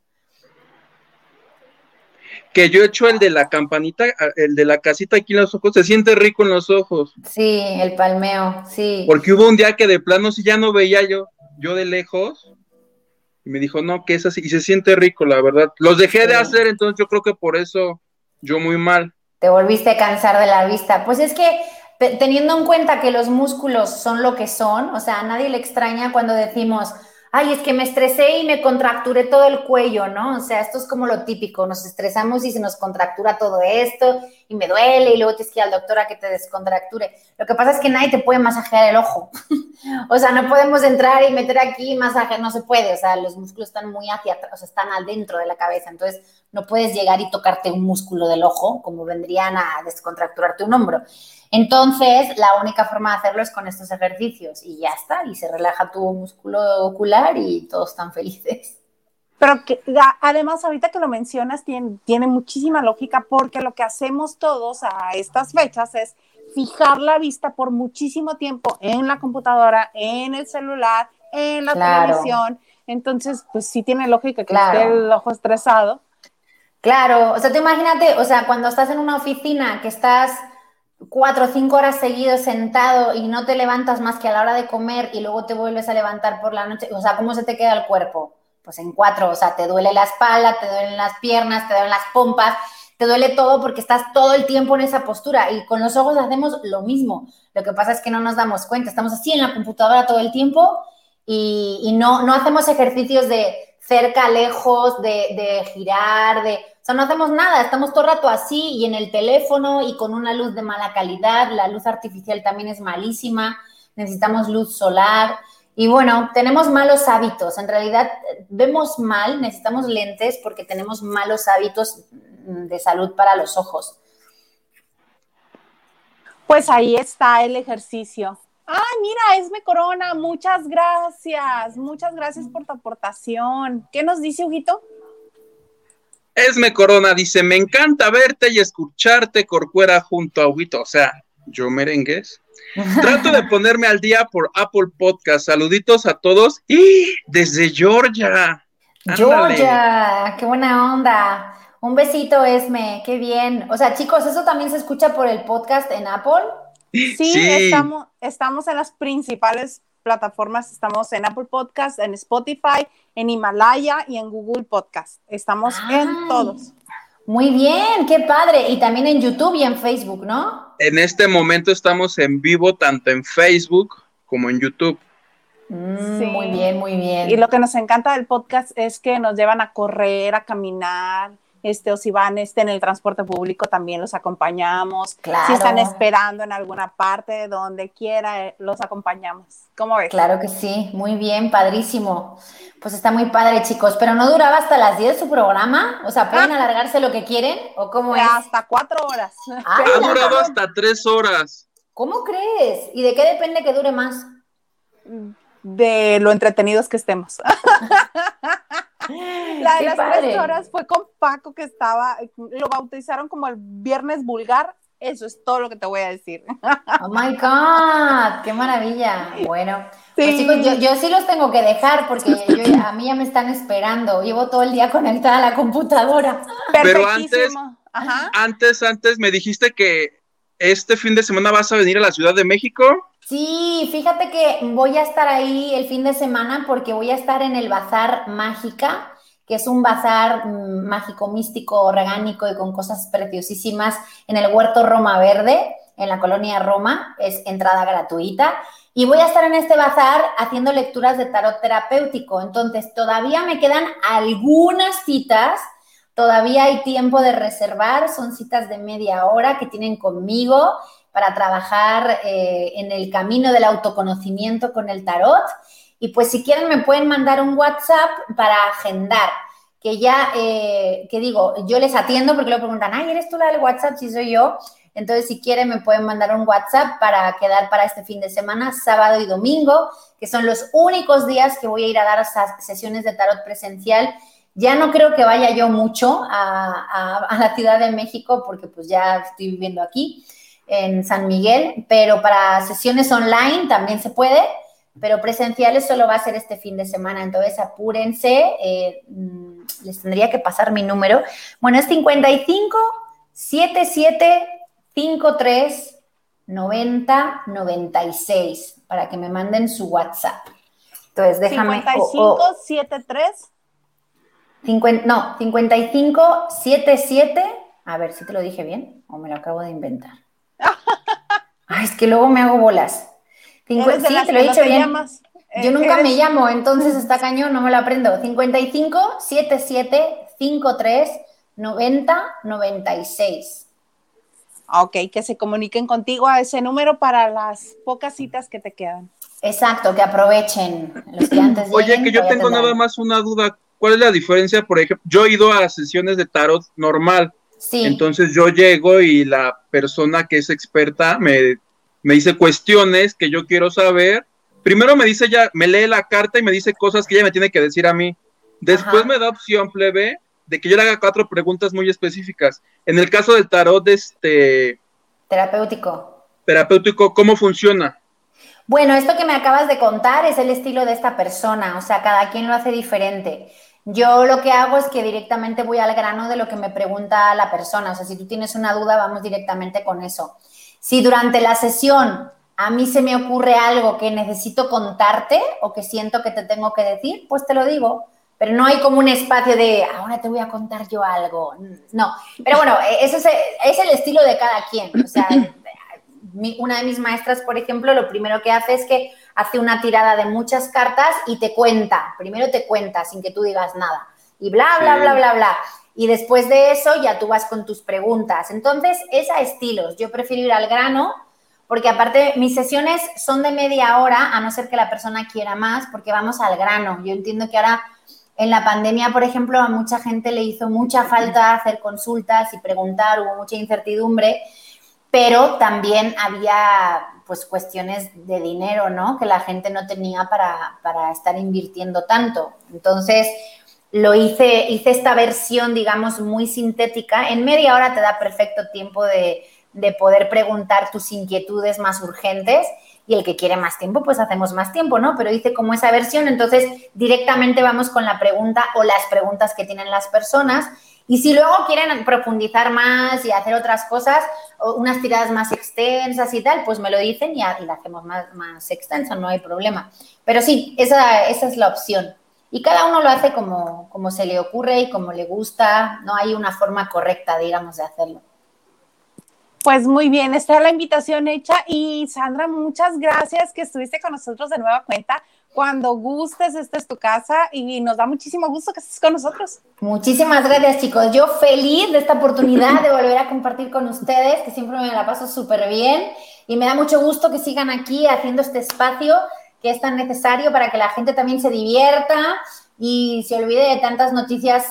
Que yo he hecho el de la campanita, el de la casita aquí en los ojos, se siente rico en los ojos. Sí, el palmeo, sí. Porque hubo un día que de plano sí ya no veía yo de lejos, y me dijo, no, que es así, y se siente rico, la verdad. Los dejé de hacer, entonces yo creo que por eso yo muy mal. Te volviste a cansar de la vista. Pues es que teniendo en cuenta que los músculos son lo que son, o sea, a nadie le extraña cuando decimos, ay, es que me estresé y me contracturé todo el cuello, ¿no? O sea, esto es como lo típico, nos estresamos y se nos contractura todo esto y me duele y luego tienes que ir al doctor a que te descontracture. Lo que pasa es que nadie te puede masajear el ojo. O sea, no podemos entrar y meter aquí masaje, no se puede, o sea, los músculos están muy hacia atrás, o sea, están adentro de la cabeza, entonces no puedes llegar y tocarte un músculo del ojo como vendrían a descontracturarte un hombro. Entonces, la única forma de hacerlo es con estos ejercicios y ya está, y se relaja tu músculo ocular y todos están felices. Pero que, además, ahorita que lo mencionas, tiene muchísima lógica, porque lo que hacemos todos a estas fechas es fijar la vista por muchísimo tiempo en la computadora, en el celular, en la televisión. Entonces, pues sí tiene lógica que esté el ojo estresado. Claro, o sea, tú imagínate, o sea, cuando estás en una oficina que estás 4 o 5 horas seguidos sentado y no te levantas más que a la hora de comer y luego te vuelves a levantar por la noche, o sea, ¿cómo se te queda el cuerpo? Pues en 4, o sea, te duele la espalda, te duelen las piernas, te duelen las pompas, te duele todo porque estás todo el tiempo en esa postura, y con los ojos hacemos lo mismo. Lo que pasa es que no nos damos cuenta, estamos así en la computadora todo el tiempo y no hacemos ejercicios de cerca, lejos, de girar, o sea, no hacemos nada, estamos todo el rato así y en el teléfono y con una luz de mala calidad. La luz artificial también es malísima, necesitamos luz solar. Y bueno, tenemos malos hábitos. En realidad vemos mal, necesitamos lentes porque tenemos malos hábitos de salud para los ojos. Pues ahí está el ejercicio. ¡Ay, mira, Esme Corona! Muchas gracias por tu aportación. ¿Qué nos dice, Huguito? Esme Corona dice, me encanta verte y escucharte, Corcuera, junto a Huguito. O sea, yo merengues. Trato de ponerme al día por Apple Podcast. Saluditos a todos. ¡Y desde Georgia! Georgia, qué buena onda. Un besito, Esme, qué bien. O sea, chicos, ¿eso también se escucha por el podcast en Apple? Sí. Estamos en las principales plataformas. Estamos en Apple Podcast, en Spotify, en Himalaya y en Google Podcast. Estamos en todos. Muy bien, qué padre. Y también en YouTube y en Facebook, ¿no? En este momento estamos en vivo tanto en Facebook como en YouTube. Sí. Muy bien, muy bien. Y lo que nos encanta del podcast es que nos llevan a correr, a caminar, o si van en el transporte público también los acompañamos. Claro. Si están esperando en alguna parte, donde quiera, los acompañamos. ¿Cómo ves? Claro que sí, muy bien, padrísimo. Pues está muy padre, chicos, pero no duraba hasta las 10 su programa, o sea, ¿pueden alargarse lo que quieren o cómo es? Hasta 4 horas. Ah, Ha durado hasta 3 horas. ¿Cómo crees? ¿Y de qué depende que dure más? De lo entretenidos que estemos. La de Qué las padre. 3 horas fue con Paco, que lo bautizaron como el viernes vulgar. Eso es todo lo que te voy a decir. Oh my God, qué maravilla. Bueno, pues Sí. chicos, yo sí los tengo que dejar porque a mí ya me están esperando. Llevo todo el día conectada a la computadora. Pero Perfectísimo. Ajá. antes me dijiste que este fin de semana vas a venir a la Ciudad de México. Sí, fíjate que voy a estar ahí el fin de semana porque voy a estar en el Bazar Mágica, que es un bazar mágico, místico, orgánico y con cosas preciosísimas en el Huerto Roma Verde, en la colonia Roma, es entrada gratuita. Y voy a estar en este bazar haciendo lecturas de tarot terapéutico. Entonces, todavía me quedan algunas citas, todavía hay tiempo de reservar, son citas de media hora que tienen conmigo para trabajar en el camino del autoconocimiento con el tarot. Y pues si quieren me pueden mandar un WhatsApp para agendar, que ya, que digo, yo les atiendo porque luego preguntan, ay, ¿eres tú la del WhatsApp? Sí, soy yo. Entonces, si quieren me pueden mandar un WhatsApp para quedar para este fin de semana, sábado y domingo, que son los únicos días que voy a ir a dar esas sesiones de tarot presencial. Ya no creo que vaya yo mucho a la Ciudad de México porque pues ya estoy viviendo aquí en San Miguel, pero para sesiones online también se puede, pero presenciales solo va a ser este fin de semana, entonces apúrense, les tendría que pasar mi número. Bueno, es 55 77 53 90 96 para que me manden su WhatsApp. Entonces, déjame... 55 73 no, 55 77, a ver si te lo dije bien o me lo acabo de inventar. Ay, es que luego me hago bolas. Sí, te lo he dicho bien. Llamas, yo nunca me llamo, entonces está cañón, no me lo aprendo. 55 77 53 90 96. Ok, que se comuniquen contigo a ese número para las pocas citas que te quedan. Exacto, que aprovechen los que antes Oye, lleguen, que yo tengo nada más una duda. ¿Cuál es la diferencia? Por ejemplo, yo he ido a sesiones de tarot normal. Sí. Entonces yo llego y la persona que es experta me dice cuestiones que yo quiero saber. Primero me dice me lee la carta y me dice cosas que ella me tiene que decir a mí. Después me da opción, plebe, de que yo le haga 4 preguntas muy específicas. En el caso del tarot terapéutico, ¿cómo funciona? Bueno, esto que me acabas de contar es el estilo de esta persona, o sea, cada quien lo hace diferente. Yo lo que hago es que directamente voy al grano de lo que me pregunta la persona. O sea, si tú tienes una duda, vamos directamente con eso. Si durante la sesión a mí se me ocurre algo que necesito contarte o que siento que te tengo que decir, pues te lo digo. Pero no hay como un espacio de, ahora te voy a contar yo algo. No. Pero bueno, eso es el estilo de cada quien. O sea, una de mis maestras, por ejemplo, lo primero que hace es que hace una tirada de muchas cartas y te cuenta. Primero te cuenta sin que tú digas nada. Y bla, bla, bla, bla, bla. Y después de eso ya tú vas con tus preguntas. Entonces, es a estilos. Yo prefiero ir al grano porque aparte mis sesiones son de media hora, a no ser que la persona quiera más, porque vamos al grano. Yo entiendo que ahora en la pandemia, por ejemplo, a mucha gente le hizo mucha falta hacer consultas y preguntar, hubo mucha incertidumbre, pero también había pues cuestiones de dinero, ¿no? Que la gente no tenía para estar invirtiendo tanto. Entonces, hice esta versión, digamos, muy sintética. En media hora te da perfecto tiempo de poder preguntar tus inquietudes más urgentes y el que quiere más tiempo, pues hacemos más tiempo, ¿no? Pero hice como esa versión, entonces directamente vamos con la pregunta o las preguntas que tienen las personas. Y si luego quieren profundizar más y hacer otras cosas, unas tiradas más extensas y tal, pues me lo dicen y la hacemos más extensa, no hay problema. Pero sí, esa es la opción. Y cada uno lo hace como se le ocurre y como le gusta. No hay una forma correcta, digamos, de hacerlo. Pues muy bien, está la invitación hecha. Y Sandra, muchas gracias que estuviste con nosotros de nueva cuenta. Cuando gustes, esta es tu casa y nos da muchísimo gusto que estés con nosotros. Muchísimas gracias, chicos. Yo feliz de esta oportunidad de volver a compartir con ustedes, que siempre me la paso súper bien y me da mucho gusto que sigan aquí haciendo este espacio que es tan necesario para que la gente también se divierta y se olvide de tantas noticias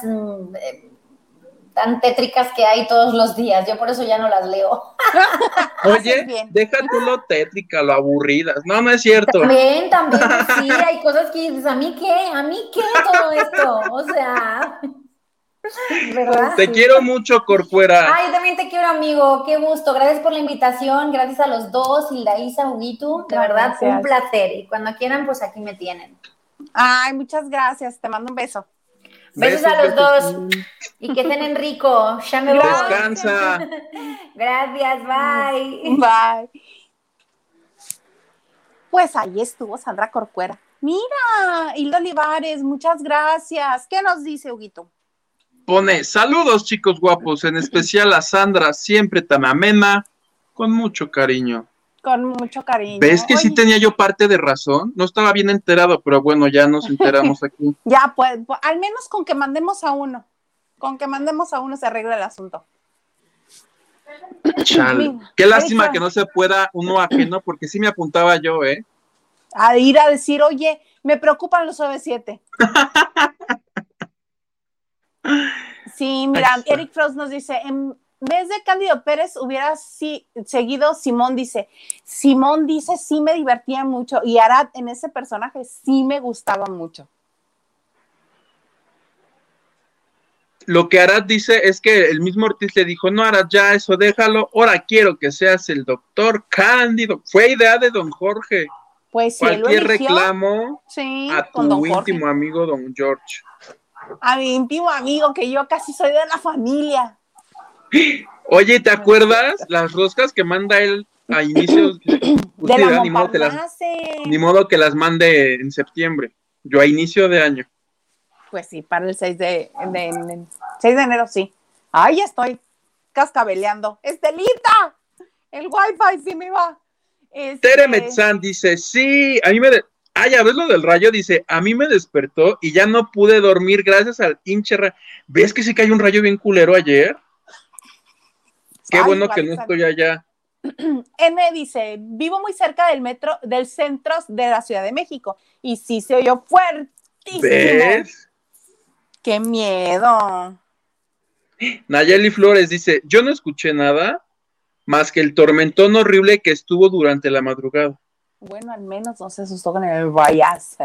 tan tétricas que hay todos los días. Yo por eso ya no las leo. Oye, deja tú lo tétrica, lo aburridas. No, no es cierto. También, sí, hay cosas que dices, ¿a mí qué todo esto? O sea, ¿verdad? Te quiero mucho, Corcuera. Ay, también te quiero, amigo, qué gusto. Gracias por la invitación, gracias a los dos, Hilda, Isa, Huguito, de verdad, un placer. Y cuando quieran, pues aquí me tienen. Ay, muchas gracias, te mando un beso. Besos a los dos y que cenen rico. Ya me voy. Descansa. Gracias, bye. Bye. Pues ahí estuvo Sandra Corcuera. Mira, Hilda Olivares, muchas gracias. ¿Qué nos dice, Huguito? Pone, saludos chicos guapos, en especial a Sandra, siempre tan amena, con mucho cariño. Con mucho cariño. ¿Ves que sí tenía yo parte de razón? No estaba bien enterado, pero bueno, ya nos enteramos aquí. Ya, pues, al menos con que mandemos a uno. Con que mandemos a uno se arregla el asunto. Chale. Qué lástima que no se pueda uno ajeno, porque sí me apuntaba yo, ¿eh? A ir a decir, oye, me preocupan los OV7. Sí, mira, Eric Frost nos dice, en vez de Cándido Pérez hubiera seguido Simón dice, sí me divertía mucho y Arad en ese personaje sí me gustaba mucho. Lo que Arad dice es que el mismo Ortiz le dijo, no Arad, ya eso déjalo, ahora quiero que seas el doctor Cándido. Fue idea de don Jorge. Pues cualquier reclamo a tu Jorge. íntimo amigo don George. A mi íntimo amigo, que yo casi soy de la familia. Oye, ¿te acuerdas las roscas que manda él a inicios de la ni modo que las mande en septiembre, yo a inicio de año. Pues sí, para el 6 de enero, sí. Ay, ya estoy cascabeleando. ¡Estelita! El wifi sí me va. Tere Metzán dice, sí, a mí ya ves lo del rayo, dice, a mí me despertó y ya no pude dormir gracias al hinche rayo. ¿Ves que sí cayó un rayo bien culero ayer? Qué bueno que no estoy allá. N dice, vivo muy cerca del metro, del centro de la Ciudad de México, y sí se oyó fuertísimo. ¿Ves? ¡Qué miedo! Nayeli Flores dice, yo no escuché nada más que el tormentón horrible que estuvo durante la madrugada. Bueno, al menos no se asustó con el rayazo.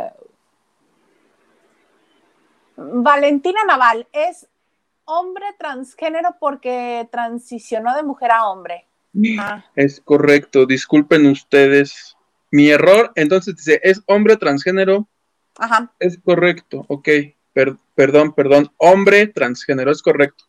Valentina Naval es hombre transgénero porque transicionó de mujer a hombre. Es correcto, disculpen ustedes. Mi error, entonces dice, es hombre transgénero. Ajá. Es correcto, ok. Perdón, hombre transgénero, es correcto.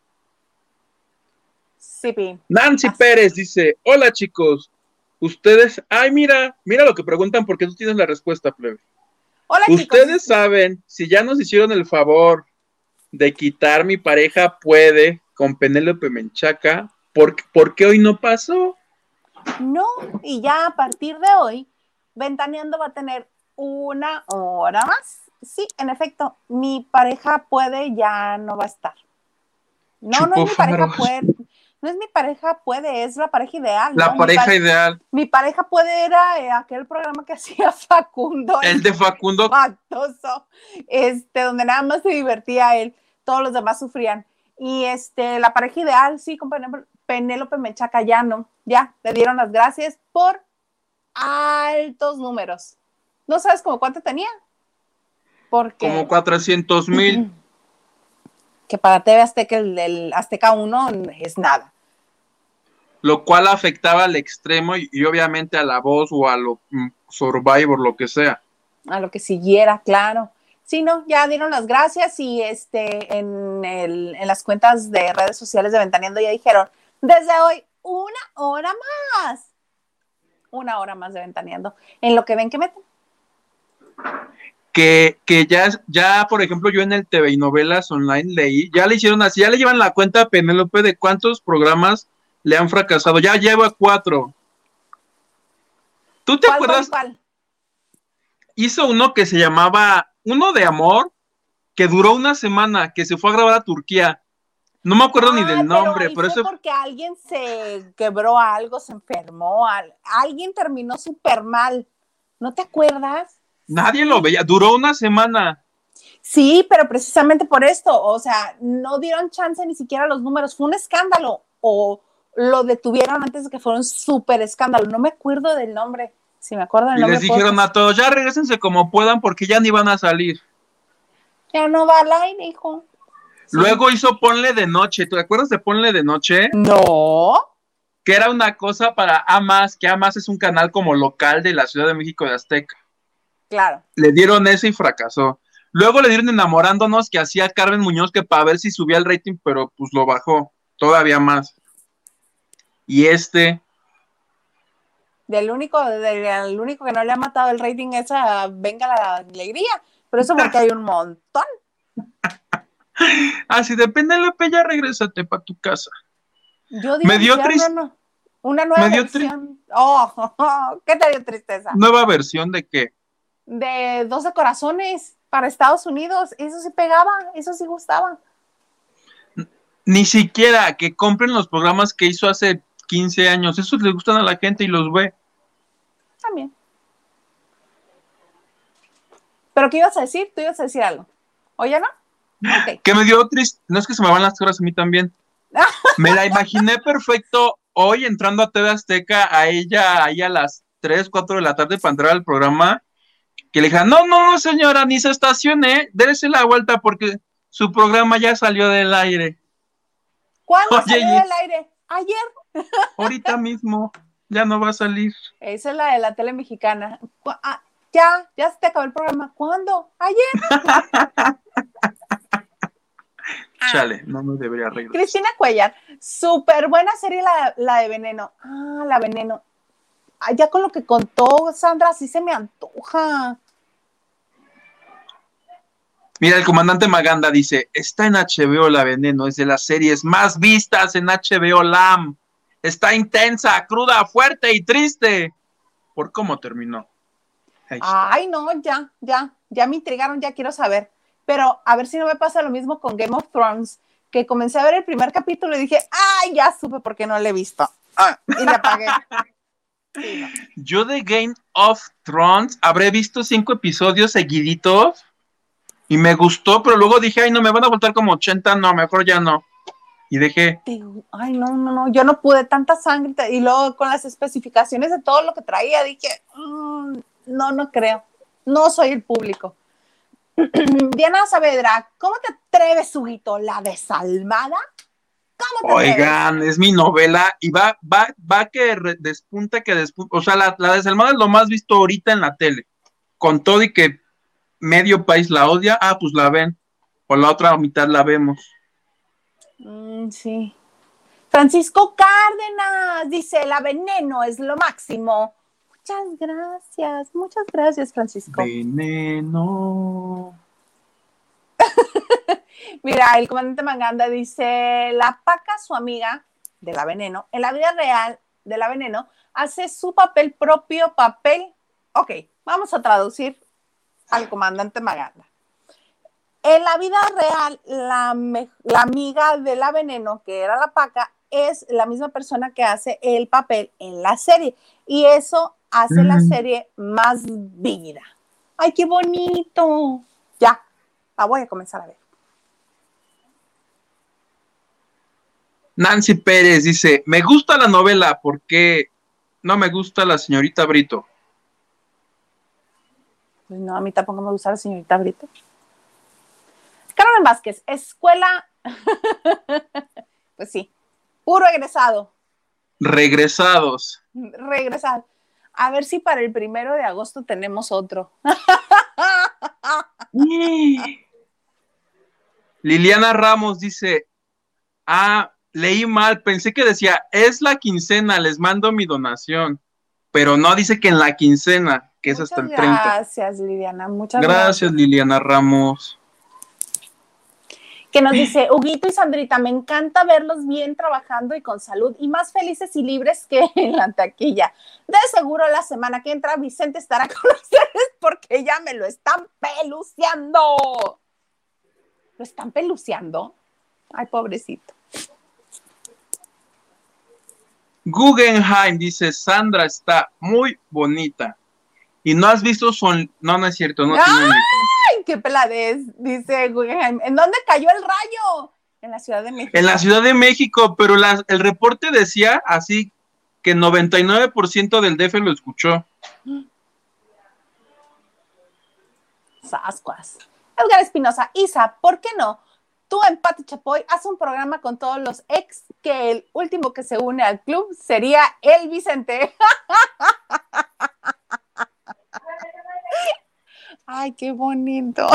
Sí, Nancy Pérez dice, hola chicos, ustedes, mira lo que preguntan porque tú tienes la respuesta, plebe. Hola, ustedes chicos. saben, si ya nos hicieron el favor de quitar Mi Pareja Puede con Penélope Menchaca, ¿por qué hoy no pasó? No, y ya a partir de hoy, Ventaneando va a tener 1 hora más. Sí, en efecto, Mi Pareja Puede ya no va a estar. No, no es Mi Pareja Puede. No es Mi Pareja Puede, es La Pareja Ideal. La ¿no? pareja ideal. Mi Pareja Puede era aquel programa que hacía Facundo. El de Facundo. Patoso. Donde nada más se divertía él, todos los demás sufrían. Y La Pareja Ideal, sí, con Penélope Menchaca ya no. Ya, le dieron las gracias por altos números. ¿No sabes como cuánto tenía? Porque como 400,000. Que para TV Azteca, el Azteca 1 es nada. Lo cual afectaba al extremo y obviamente a La Voz o a lo Survivor, lo que sea. A lo que siguiera, claro. Sí, no, ya dieron las gracias y en las cuentas de redes sociales de Ventaneando ya dijeron, desde hoy, 1 hora más. 1 hora más de Ventaneando. En lo que ven que meten. Que ya, por ejemplo, yo en el TV y Novelas Online leí, ya le hicieron así, ya le llevan la cuenta a Penélope de cuántos programas le han fracasado, ya lleva 4. ¿Tú te acuerdas? ¿Cuál? hizo uno que se llamaba Uno de Amor, que duró una semana, que se fue a grabar a Turquía. No me acuerdo ni del nombre, pero eso eso... porque alguien se quebró algo, se enfermó, alguien terminó súper mal. ¿No te acuerdas? Nadie lo veía, duró una semana. Sí, pero precisamente por esto, o sea, no dieron chance ni siquiera a los números, fue un escándalo, o lo detuvieron antes de que fuera un súper escándalo, no me acuerdo del nombre, si me acuerdo del Y nombre. les dijeron a todos, ya regrésense como puedan porque ya ni van a salir. Ya no va al aire, hijo. Sí. Luego hizo Ponle de Noche, ¿te acuerdas de Ponle de Noche? No. Que era una cosa para Amas, que Amas es un canal como local de la Ciudad de México de Azteca. Claro. Le dieron eso y fracasó. Luego le dieron Enamorándonos, que hacía Carmen Muñoz, que para ver si subía el rating, pero pues lo bajó todavía más. Y Del único que no le ha matado el rating es a Venga la Alegría, pero eso porque hay un montón. Si depende de la pella, regrésate para tu casa. Yo digo, me dio una nueva versión. ¿Qué te dio tristeza? ¿Nueva versión de qué? De 12 corazones para Estados Unidos. Eso sí pegaba, eso sí gustaba. Ni siquiera que compren los programas que hizo hace 15 años. Esos le gustan a la gente y los ve. También. ¿Pero qué ibas a decir? Tú ibas a decir algo. ¿O ya no? Okay. Que me dio triste. No es que se me van las horas a mí también. Me la imaginé perfecto hoy entrando a TV Azteca, a ella ahí a las 3, 4 de la tarde para entrar al programa, que le dijeron, no, señora, ni se estacione, dése la vuelta porque su programa ya salió del aire. ¿Cuándo salió del aire? Ayer. Ahorita mismo, ya no va a salir. Esa es la de la tele mexicana. Ya se te acabó el programa. ¿Cuándo? Ayer. Chale, no me debería regresar. Cristina Cuellar, súper buena serie la de Veneno. La Veneno. Ya con lo que contó Sandra, sí se me antoja. Mira, el comandante Maganda dice, está en HBO La Veneno, es de las series más vistas en HBO LAM. Está intensa, cruda, fuerte y triste. ¿Por cómo terminó? Ay, no, ya me intrigaron, ya quiero saber. Pero a ver si no me pasa lo mismo con Game of Thrones, que comencé a ver el primer capítulo y dije, ya supe por qué no lo he visto. Y le apagué. Sí, no. Yo de Game of Thrones habré visto 5 episodios seguiditos y me gustó, pero luego dije, no, me van a voltar como 80, no, mejor ya no. Y dejé. Ay, no, yo no pude, tanta sangre, y luego con las especificaciones de todo lo que traía, dije, no creo, no soy el público. Diana Saavedra, ¿cómo te atreves, Huguito? ¿La desalmada? ¿Cómo te Oigan, atreves? es mi novela y va que despunta, o sea, la desalmada es lo más visto ahorita en la tele, con todo y que medio país la odia, pues la ven, o la otra mitad la vemos. Sí. Francisco Cárdenas dice, La Veneno es lo máximo. Muchas gracias, Francisco. Veneno. Mira, el comandante Maganda dice, la Paca, su amiga de La Veneno, en la vida real de La Veneno, hace su propio papel. Ok, vamos a traducir al comandante Maganda. En la vida real, la amiga de La Veneno, que era la Paca, es la misma persona que hace el papel en la serie. Y eso hace la serie más vívida. ¡Ay, qué bonito! Ya, la voy a comenzar a ver. Nancy Pérez dice, me gusta la novela porque no me gusta la señorita Brito. Pues no, a mí tampoco me gusta la señorita Brito. Carmen Vázquez, escuela. Pues sí, puro egresado. Regresado. A ver si para el 1 de agosto tenemos otro. Liliana Ramos dice, leí mal, pensé que decía, es la quincena, les mando mi donación, pero no, dice que en la quincena, que es hasta el 30. Gracias, Liliana, muchas gracias. Liliana Ramos. que nos dice, Huguito y Sandrita, me encanta verlos bien trabajando y con salud y más felices y libres que en la taquilla. De seguro la semana que entra Vicente estará con ustedes porque ya me lo están peluceando. ¿Lo están peluceando? Ay, pobrecito. Guggenheim dice, Sandra está muy bonita. Y no has visto No, no es cierto. No tiene ¡Ay, qué peladez! Dice Guggenheim. ¿En dónde cayó el rayo? En la Ciudad de México. En la Ciudad de México, pero el reporte decía así que 99% del DF lo escuchó. Sascuas. Edgar Espinosa, Isa, ¿por qué no? Tú en Pati Chapoy haz un programa con todos los ex que el último que se une al club sería el Vicente. Ay, qué bonito.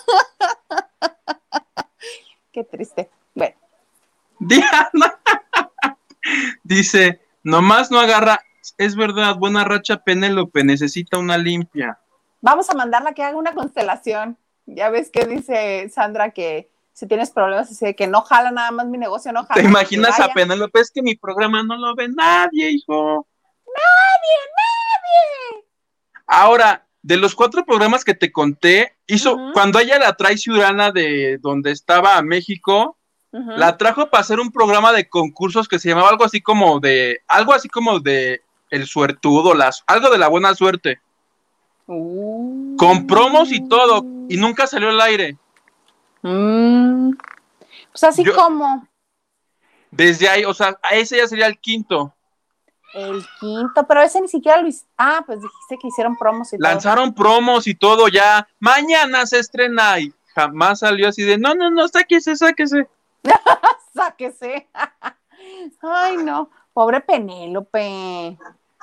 Qué triste. Bueno. Diana dice, nomás no agarra, es verdad, buena racha Penélope, necesita una limpia. Vamos a mandarla que haga una constelación. Ya ves que dice Sandra que si tienes problemas así de que no jala nada más mi negocio, no jala. ¿Te imaginas a Penélope? Es que mi programa no lo ve nadie, hijo. Nadie. Ahora, de los 4 programas que te conté, cuando ella la trae Ciudadana de donde estaba a México, la trajo para hacer un programa de concursos que se llamaba algo así como de El Suertudo, algo de la buena suerte. Con promos y todo, y nunca salió al aire. Pues así como. Desde ahí, o sea, a ese ya sería el quinto. El quinto, pero ese ni siquiera lo hizo. Ah, pues dijiste que hicieron promos y todo. Lanzaron promos y todo ya. Mañana se estrena y jamás salió así de no, sáquese. Sáquese. Ay, no. Pobre Penélope.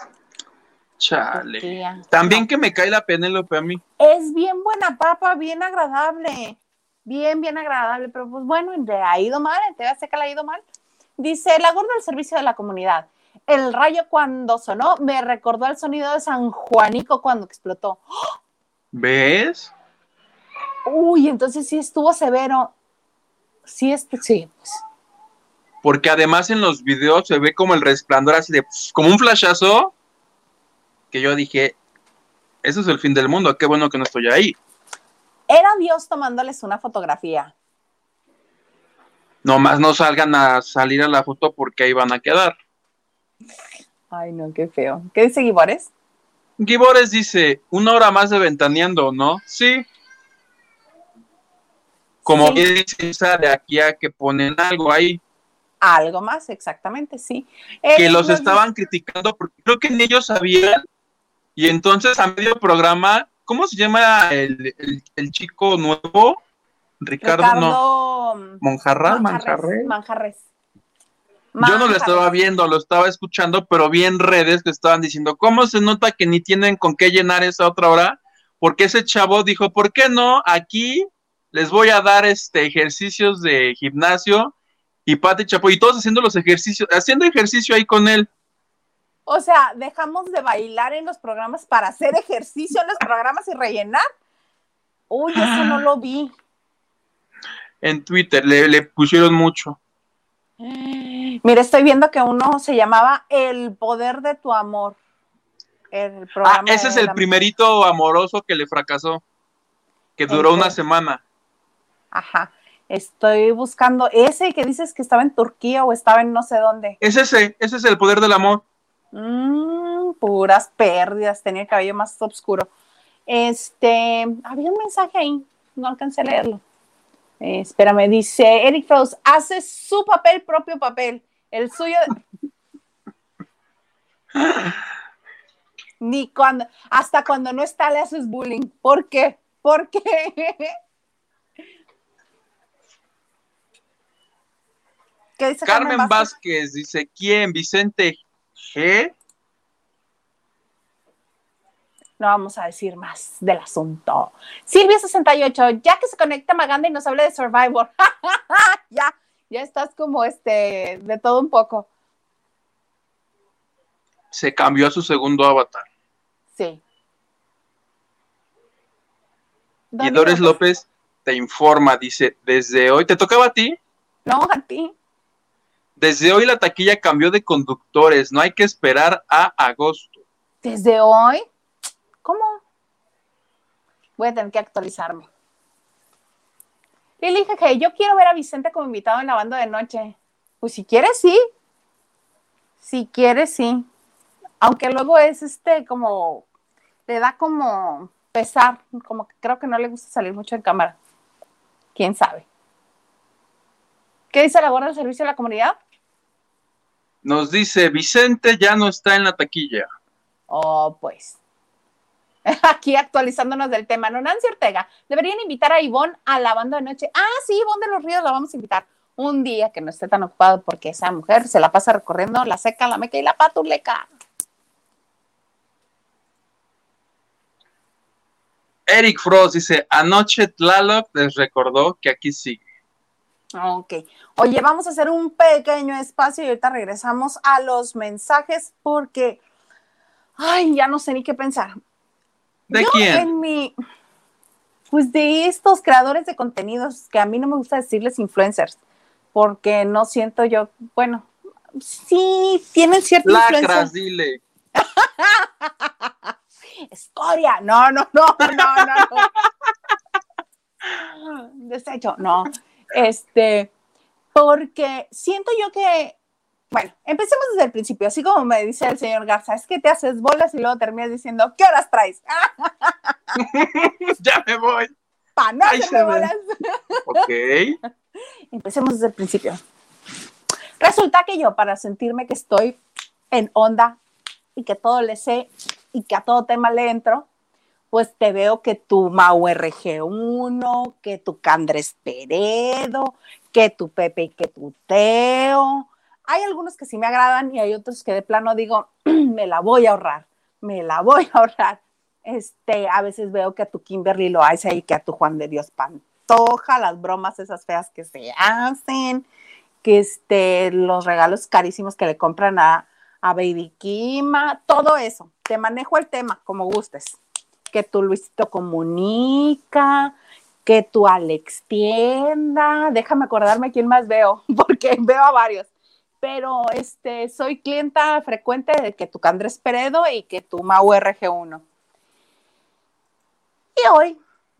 Chale. También que me cae la Penélope a mí. Es bien buena papa, bien agradable. Bien agradable, pero pues bueno, le ha ido mal, en TV Azteca le ha ido mal. Dice, la gorda del servicio de la comunidad. El rayo cuando sonó me recordó el sonido de San Juanico cuando explotó. ¿Ves? Uy, entonces sí estuvo severo. Sí, pues. Porque además en los videos se ve como el resplandor así de, como un flashazo, que yo dije, eso es el fin del mundo, qué bueno que no estoy ahí. Era Dios tomándoles una fotografía. Nomás no salgan a salir a la foto porque ahí van a quedar. Ay, no, qué feo. ¿Qué dice Guibores? Guibores dice, 1 hora más de ventaneando, ¿no? Sí. Como bien dice Isa, de aquí a que ponen algo ahí. Algo más, exactamente, sí. Que los estaban criticando porque creo que ni ellos sabían. Y entonces a medio programa, ¿cómo se llama el chico nuevo? Ricardo Manjarres. Yo no lo estaba viendo, lo estaba escuchando, pero vi en redes que estaban diciendo, ¿cómo se nota que ni tienen con qué llenar esa otra hora? Porque ese chavo dijo, ¿por qué no? Aquí les voy a dar ejercicios de gimnasio y Pati Chapoy, y todos haciendo haciendo ejercicio ahí con él. O sea, dejamos de bailar en los programas para hacer ejercicio en los programas y rellenar. Uy, eso no lo vi. En Twitter le pusieron mucho. Mira, estoy viendo que uno se llamaba El Poder de tu Amor. El programa ese es el primerito amoroso que le fracasó, que duró una semana. Ajá. Estoy buscando ese que dices que estaba en Turquía o estaba en no sé dónde. Ese es El Poder del Amor. Puras pérdidas, tenía el cabello más oscuro. Había un mensaje ahí, no alcancé a leerlo. Espérame, dice Eric Frost, hace su propio papel, el suyo. Hasta cuando no está le haces bullying. ¿Por qué? ¿Por qué? ¿Qué dice Carmen Vázquez? Dice, ¿quién? Vicente G. No vamos a decir más del asunto. Silvia68, ya que se conecta Maganda y nos habla de Survivor. ya estás como de todo un poco. Se cambió a su segundo avatar. Sí. Y Doris López, te informa, dice, desde hoy, ¿te tocaba a ti? No, a ti. Desde hoy la taquilla cambió de conductores, no hay que esperar a agosto. ¿Desde hoy? ¿Cómo? Voy a tener que actualizarme. Y le dije que yo quiero ver a Vicente como invitado en la banda de noche. Pues si quieres, sí. Si quieres, sí. Aunque luego es como, le da como pesar, como que creo que no le gusta salir mucho en cámara. ¿Quién sabe? ¿Qué dice la Guardia del Servicio de la Comunidad? Nos dice, Vicente ya no está en la taquilla. Oh, pues. Aquí actualizándonos del tema, ¿no? Nancy Ortega, deberían invitar a Ivonne a la banda de noche. Ah, sí, Ivonne de los Ríos la vamos a invitar un día que no esté tan ocupado porque esa mujer se la pasa recorriendo la Seca, la Meca y la Patuleca. Eric Frost dice, anoche Tlaloc les recordó que aquí sigue. Ok. Oye, vamos a hacer un pequeño espacio y ahorita regresamos a los mensajes porque, ay, ya no sé ni qué pensar. ¿De quién? Pues de estos creadores de contenidos que a mí no me gusta decirles influencers, porque no siento yo, bueno, sí, tienen cierta influencia. Lacras, dile. Escoria, no. Desecho, no. Porque siento yo que, bueno, empecemos desde el principio, así como me dice el señor Garza, es que te haces bolas y luego terminas diciendo, ¿qué horas traes? Ya me voy. Pa' no hacerme bolas. Ok. Empecemos desde el principio. Resulta que yo, para sentirme que estoy en onda y que todo le sé y que a todo tema le entro, pues te veo que tu Mau RG1, que tu Candres Peredo, que tu Pepe y que tu Teo. Hay algunos que sí me agradan y hay otros que de plano digo, me la voy a ahorrar. A veces veo que a tu Kimberly Loaiza y que a tu Juan de Dios Pantoja, las bromas esas feas que se hacen, que los regalos carísimos que le compran a Baby Kima, todo eso. Te manejo el tema como gustes. Que tu Luisito Comunica, que tu Alex Tienda, déjame acordarme quién más veo, porque veo a varios, pero soy clienta frecuente de que tu Candres Peredo y que tu Mau RG1. Y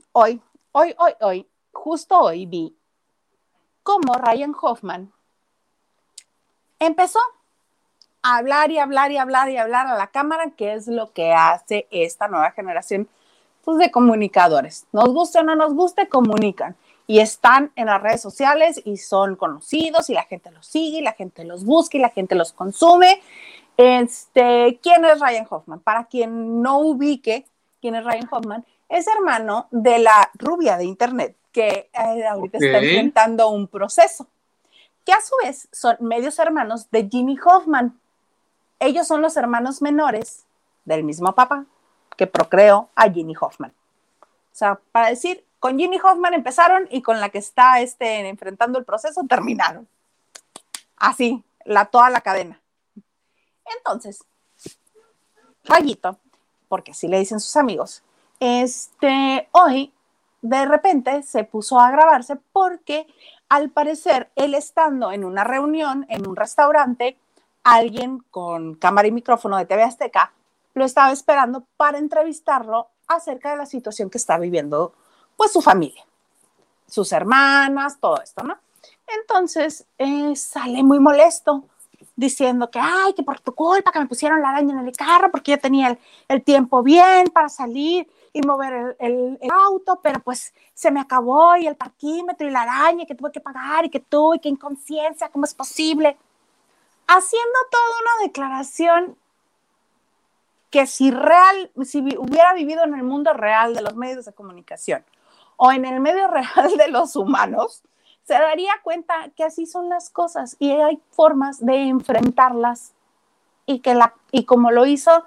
justo hoy vi cómo Ryan Hoffman empezó a hablar a la cámara, que es lo que hace esta nueva generación pues, de comunicadores. Nos guste o no nos guste, comunican. Y están en las redes sociales y son conocidos y la gente los sigue, y la gente los busca y la gente los consume. ¿Quién es Ryan Hoffman? Para quien no ubique quién es Ryan Hoffman, es hermano de la rubia de internet que ahorita está enfrentando un proceso, que a su vez son medios hermanos de Ginny Hoffman. Ellos son los hermanos menores del mismo papá que procreó a Ginny Hoffman. O sea, para decir, con Ginny Hoffman empezaron y con la que está enfrentando el proceso terminaron. Así, toda la cadena. Entonces, Rayito, porque así le dicen sus amigos, hoy de repente se puso a grabarse porque al parecer él estando en una reunión, en un restaurante, alguien con cámara y micrófono de TV Azteca lo estaba esperando para entrevistarlo acerca de la situación que está viviendo pues su familia, sus hermanas, todo esto, ¿no? Entonces sale muy molesto diciendo que, ay, que por tu culpa que me pusieron la araña en el carro porque yo tenía el tiempo bien para salir y mover el auto, pero pues se me acabó y el parquímetro y la araña que tuve que pagar y que tú y que inconsciencia, ¿cómo es posible? Haciendo toda una declaración que si hubiera vivido en el mundo real de los medios de comunicación o en el medio real de los humanos, se daría cuenta que así son las cosas y hay formas de enfrentarlas y como lo hizo,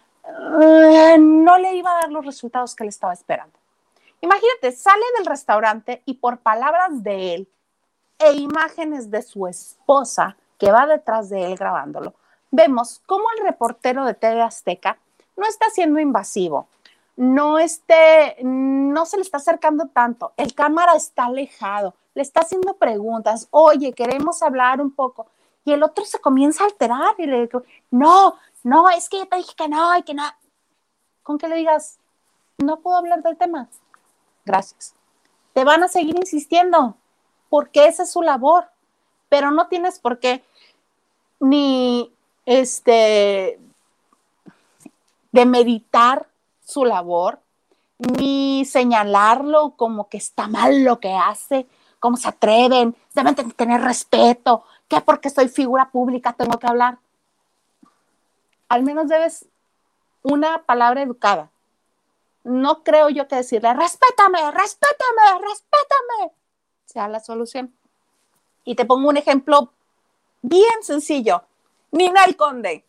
no le iba a dar los resultados que le estaba esperando. Imagínate, sale del restaurante y por palabras de él e imágenes de su esposa que va detrás de él grabándolo, vemos cómo el reportero de TV Azteca no está siendo invasivo, no se le está acercando tanto, el cámara está alejado, le está haciendo preguntas, oye, queremos hablar un poco, y el otro se comienza a alterar y le digo, no, es que yo te dije que no, y que no. Con que le digas, no puedo hablar del tema, gracias. Te van a seguir insistiendo, porque esa es su labor, pero no tienes por qué ni demeritar su labor, ni señalarlo como que está mal lo que hace, cómo se atreven, deben tener respeto, que porque soy figura pública tengo que hablar. Al menos debes una palabra educada. No creo yo que decirle, respétame, sea la solución. Y te pongo un ejemplo bien sencillo. Ninel Conde.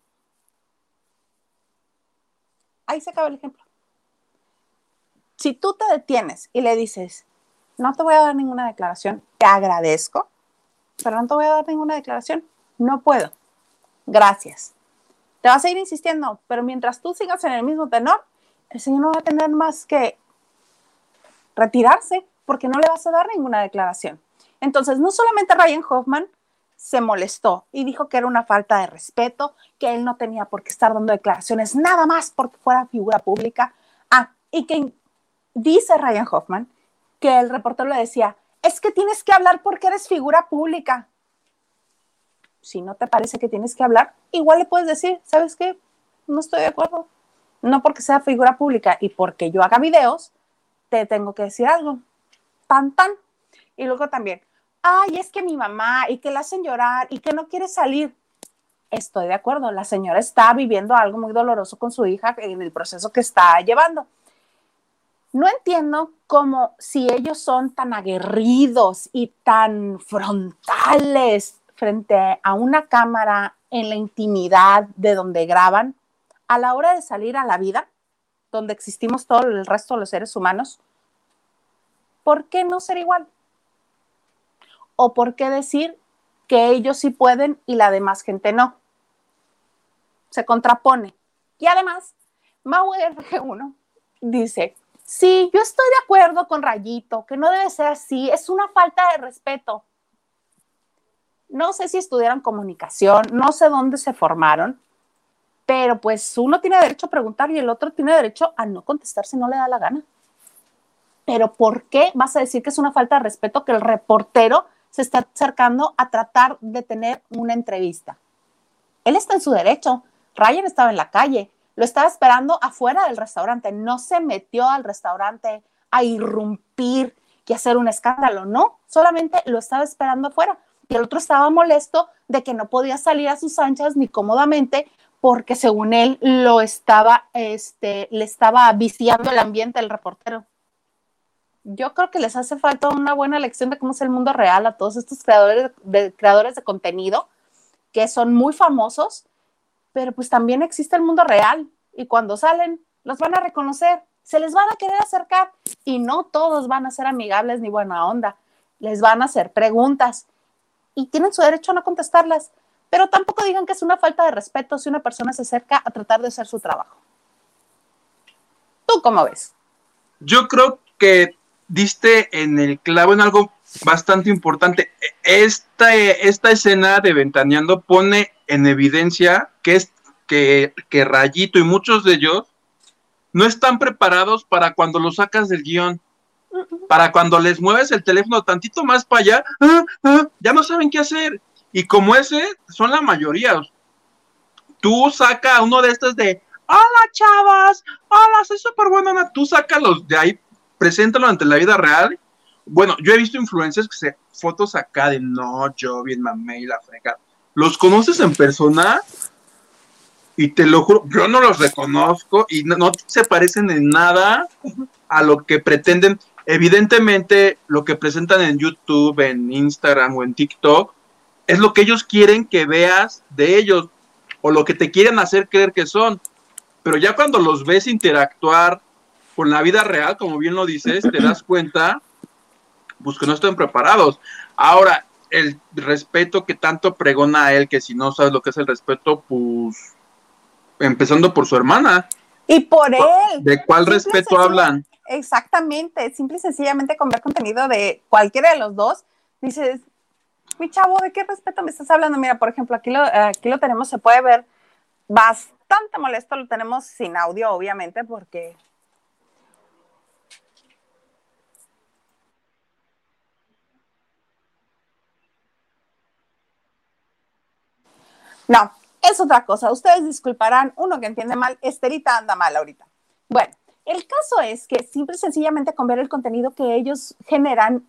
Ahí se acaba el ejemplo. Si tú te detienes y le dices, no te voy a dar ninguna declaración, te agradezco, pero no te voy a dar ninguna declaración, no puedo, gracias. Te vas a ir insistiendo, pero mientras tú sigas en el mismo tenor, el señor no va a tener más que retirarse porque no le vas a dar ninguna declaración. Entonces, no solamente Ryan Hoffman se molestó y dijo que era una falta de respeto, que él no tenía por qué estar dando declaraciones nada más porque fuera figura pública. Y que dice Ryan Hoffman que el reportero le decía, es que tienes que hablar porque eres figura pública. Si no te parece que tienes que hablar, igual le puedes decir, ¿sabes qué? No estoy de acuerdo. No porque sea figura pública y porque yo haga videos, te tengo que decir algo. Tan. Y luego también, ay, es que mi mamá, y que la hacen llorar, y que no quiere salir. Estoy de acuerdo, la señora está viviendo algo muy doloroso con su hija en el proceso que está llevando. No entiendo cómo si ellos son tan aguerridos y tan frontales frente a una cámara en la intimidad de donde graban, a la hora de salir a la vida, donde existimos todo el resto de los seres humanos, ¿por qué no ser igual? ¿O por qué decir que ellos sí pueden y la demás gente no? Se contrapone. Y además, Mau RG1 dice, sí, yo estoy de acuerdo con Rayito, que no debe ser así, es una falta de respeto. No sé si estudiaron comunicación, no sé dónde se formaron, pero pues uno tiene derecho a preguntar y el otro tiene derecho a no contestar si no le da la gana. Pero ¿por qué vas a decir que es una falta de respeto que el reportero se está acercando a tratar de tener una entrevista? Él está en su derecho. Ryan estaba en la calle, lo estaba esperando afuera del restaurante, no se metió al restaurante a irrumpir y hacer un escándalo, no, solamente lo estaba esperando afuera. Y el otro estaba molesto de que no podía salir a sus anchas ni cómodamente porque según él le estaba viciando el ambiente del reportero. Yo creo que les hace falta una buena lección de cómo es el mundo real a todos estos creadores de contenido que son muy famosos, pero pues también existe el mundo real y cuando salen los van a reconocer, se les van a querer acercar y no todos van a ser amigables ni buena onda, les van a hacer preguntas y tienen su derecho a no contestarlas, pero tampoco digan que es una falta de respeto si una persona se acerca a tratar de hacer su trabajo. ¿Tú cómo ves? Yo creo que diste en el clavo en algo bastante importante. Esta escena de Ventaneando pone en evidencia que Rayito y muchos de ellos no están preparados para cuando lo sacas del guión. Para cuando les mueves el teléfono tantito más para allá, ya no saben qué hacer. Y como ese, son la mayoría. Tú saca uno de estos de, hola chavas, hola, soy súper buena. Tú sácalos de ahí, preséntalo ante la vida real. Bueno, yo he visto influencers que se fotos acá de, no, yo bien mamé y la fregada. ¿Los conoces en persona? Y te lo juro, yo no los reconozco y no se parecen en nada a lo que pretenden. Evidentemente, lo que presentan en YouTube, en Instagram o en TikTok, es lo que ellos quieren que veas de ellos, o lo que te quieren hacer creer que son. Pero ya cuando los ves interactuar con la vida real, como bien lo dices, te das cuenta, pues que no están preparados. Ahora, el respeto que tanto pregona a él, que si no sabes lo que es el respeto, pues, empezando por su hermana, Y por él. ¿De cuál Simple y respeto sencilla- hablan? Exactamente, simple y sencillamente con ver contenido de cualquiera de los dos, dices, mi chavo, ¿de qué respeto me estás hablando? Mira, por ejemplo, aquí lo tenemos, se puede ver bastante molesto, lo tenemos sin audio, obviamente, porque... No, es otra cosa. Ustedes disculparán, uno que entiende mal, Estelita anda mal ahorita. Bueno, el caso es que simple y sencillamente con ver el contenido que ellos generan,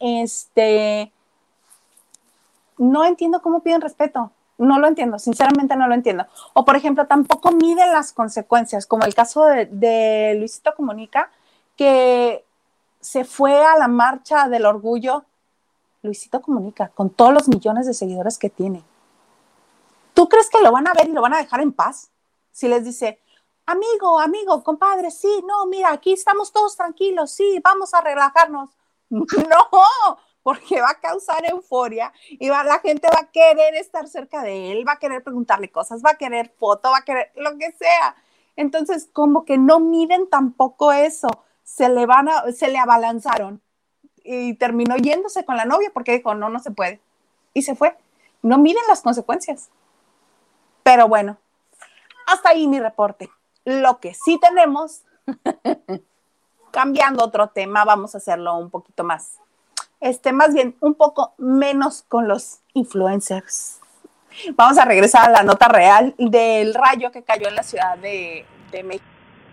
no entiendo cómo piden respeto. No lo entiendo, sinceramente no lo entiendo. O, por ejemplo, tampoco miden las consecuencias, como el caso de Luisito Comunica, que se fue a la marcha del orgullo. Luisito Comunica, con todos los millones de seguidores que tiene. ¿Tú crees que lo van a ver y lo van a dejar en paz? Si les dice, amigo, compadre, sí, no, mira, aquí estamos todos tranquilos, sí, vamos a relajarnos. No, porque va a causar euforia y la gente va a querer estar cerca de él, va a querer preguntarle cosas, va a querer foto, va a querer lo que sea. Entonces, como que no miden tampoco eso, se le abalanzaron y terminó yéndose con la novia porque dijo, no se puede. Y se fue. No miden las consecuencias. Pero bueno, hasta ahí mi reporte. Lo que sí tenemos, cambiando otro tema, vamos a hacerlo un poquito más, más bien un poco menos con los influencers. Vamos a regresar a la nota real del rayo que cayó en la ciudad de México.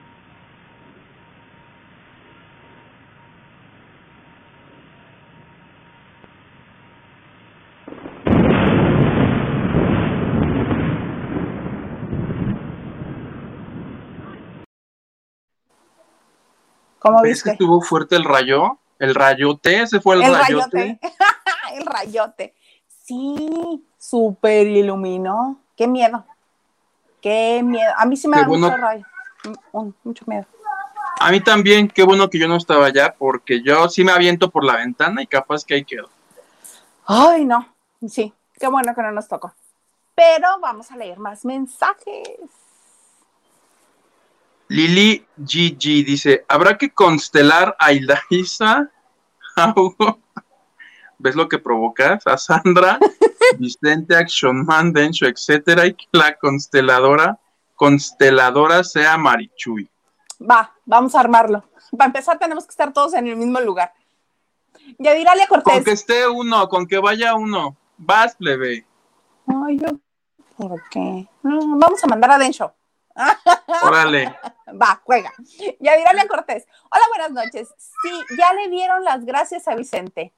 ¿Cómo ¿Ves viste? que estuvo fuerte el rayo? ¿El rayote? ¿Ese fue el rayote? El rayote. Sí, súper iluminó. Qué miedo. Qué miedo. A mí sí me da mucho rayo. Mucho miedo. A mí también, qué bueno que yo no estaba allá, porque yo sí me aviento por la ventana y capaz que ahí quedo. Ay, no. Sí, qué bueno que no nos tocó. Pero vamos a leer más mensajes. Lili GG dice, ¿habrá que constelar a Hildaísa, a Hugo? ¿Ves lo que provocas? A Sandra, Vicente, Action Man, Dencho, etcétera, y que la consteladora sea Marichuy. Vamos a armarlo. Para empezar, tenemos que estar todos en el mismo lugar. Yadiralia Cortés. Con que esté uno, con que vaya uno. Vas, plebe. Ay, yo, ¿por qué? Vamos a mandar a Densho. Órale. Va, juega. Yadiralia Cortés. Hola, buenas noches. Sí, ya le dieron las gracias a Vicente.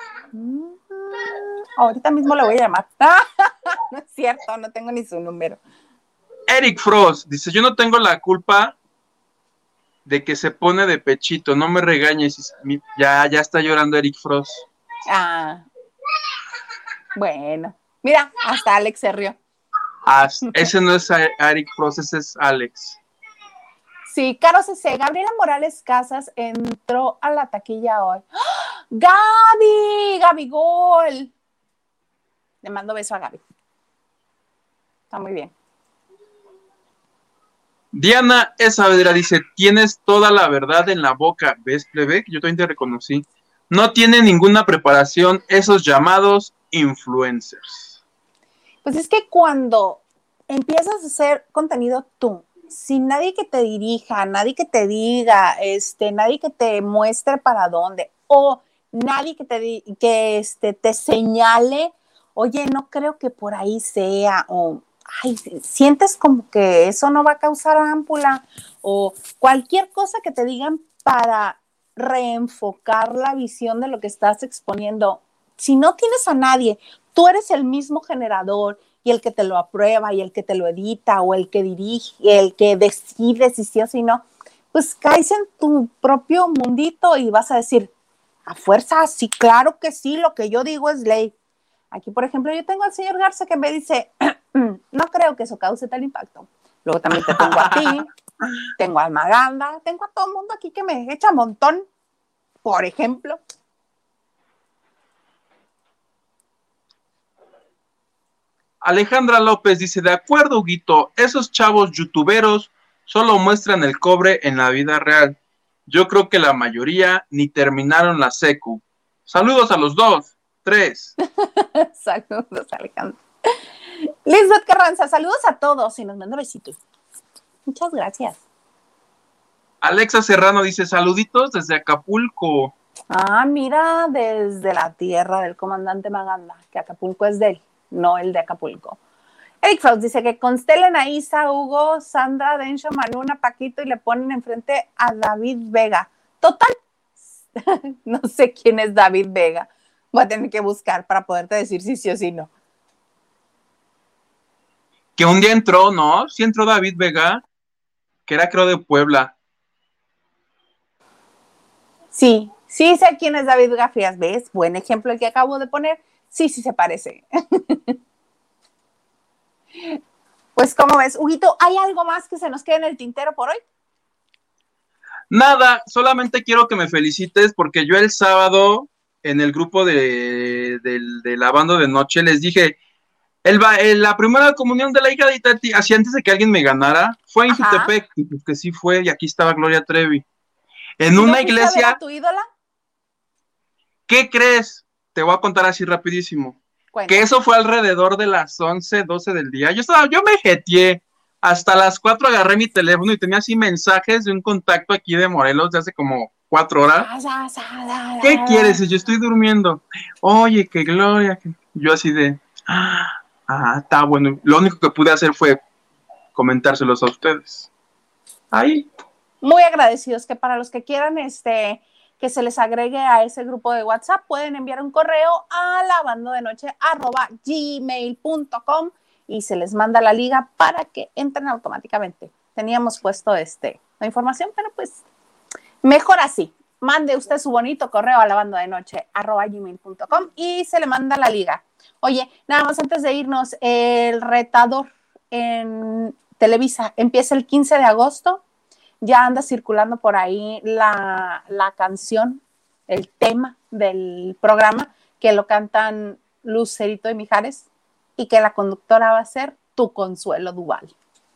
Ahorita mismo le voy a llamar. No es cierto, no tengo ni su número. Eric Frost dice, yo no tengo la culpa de que se pone de pechito, no me regañes. Ya está llorando Eric Frost. Bueno, mira, hasta Alex se rió. Ese no es Eric Frost, ese es Alex. Sí, Caro CC, Gabriela Morales Casas entró a la taquilla hoy. ¡Oh! ¡Gaby Gol! Le mando beso a Gaby. Está muy bien. Diana Saavedra dice, tienes toda la verdad en la boca. ¿Ves, plebe? Yo también te reconocí. No tiene ninguna preparación esos llamados influencers. Pues es que cuando empiezas a hacer contenido tú, sin nadie que te dirija, nadie que te diga, nadie que te muestre para dónde, o nadie que te señale, oye, no creo que por ahí sea, o sientes como que eso no va a causar ámpula, o cualquier cosa que te digan para reenfocar la visión de lo que estás exponiendo. Si no tienes a nadie, tú eres el mismo generador y el que te lo aprueba y el que te lo edita o el que dirige, el que decide si sí o si no, pues caes en tu propio mundito y vas a decir, a fuerza, sí, claro que sí, lo que yo digo es ley. Aquí, por ejemplo, yo tengo al señor Garza que me dice, no creo que eso cause tal impacto. Luego también te tengo a ti, tengo a Maganda, tengo a todo el mundo aquí que me echa montón, por ejemplo. Alejandra López dice, de acuerdo, Huguito, esos chavos youtuberos solo muestran el cobre en la vida real. Yo creo que la mayoría ni terminaron la secu. Saludos a los 2, 3. Saludos, Alejandro. Lisbeth Carranza, saludos a todos y nos manda besitos. Muchas gracias. Alexa Serrano dice, saluditos desde Acapulco. Ah, mira, desde la tierra del comandante Maganda, que Acapulco es de él, no el de Acapulco. Eric Frost dice que constelen a Isa, Hugo, Sandra, Dencho, Maluna, Paquito y le ponen enfrente a David Vega. Total, no sé quién es David Vega. Voy a tener que buscar para poderte decir si sí o si no. Que un día entró, ¿no? Sí entró David Vega, que era creo de Puebla. Sí, sí sé quién es David Vega Frías. ¿Ves? Buen ejemplo el que acabo de poner. Sí, sí se parece. Pues, ¿cómo ves? Huguito, ¿hay algo más que se nos quede en el tintero por hoy? Nada, solamente quiero que me felicites porque yo el sábado en el grupo de la banda de noche les dije, la primera comunión de la hija de Itati, así antes de que alguien me ganara, fue en Jutepec, y pues que sí fue, y aquí estaba Gloria Trevi. En una iglesia... ¿A tu ídola? ¿Qué crees? Te voy a contar así rapidísimo. Que eso fue alrededor de las 11, 12 del día. Yo me jeteé. Hasta las 4 agarré mi teléfono y tenía así mensajes de un contacto aquí de Morelos de hace como 4 horas. ¿Qué quieres? Y yo estoy durmiendo. Oye, qué Gloria. Que... Yo así de... está bueno. Lo único que pude hacer fue comentárselos a ustedes. Ahí. Muy agradecidos, que para los que quieran que se les agregue a ese grupo de WhatsApp, pueden enviar un correo a lavandodenoche@gmail.com y se les manda la liga para que entren automáticamente. Teníamos puesto la información, pero pues mejor así. Mande usted su bonito correo a lavandodenoche@gmail.com y se le manda la liga. Oye, nada más antes de irnos, El Retador en Televisa empieza el 15 de agosto. Ya anda circulando por ahí la canción, el tema del programa, que lo cantan Lucerito y Mijares, y que la conductora va a ser Tu Consuelo Duval.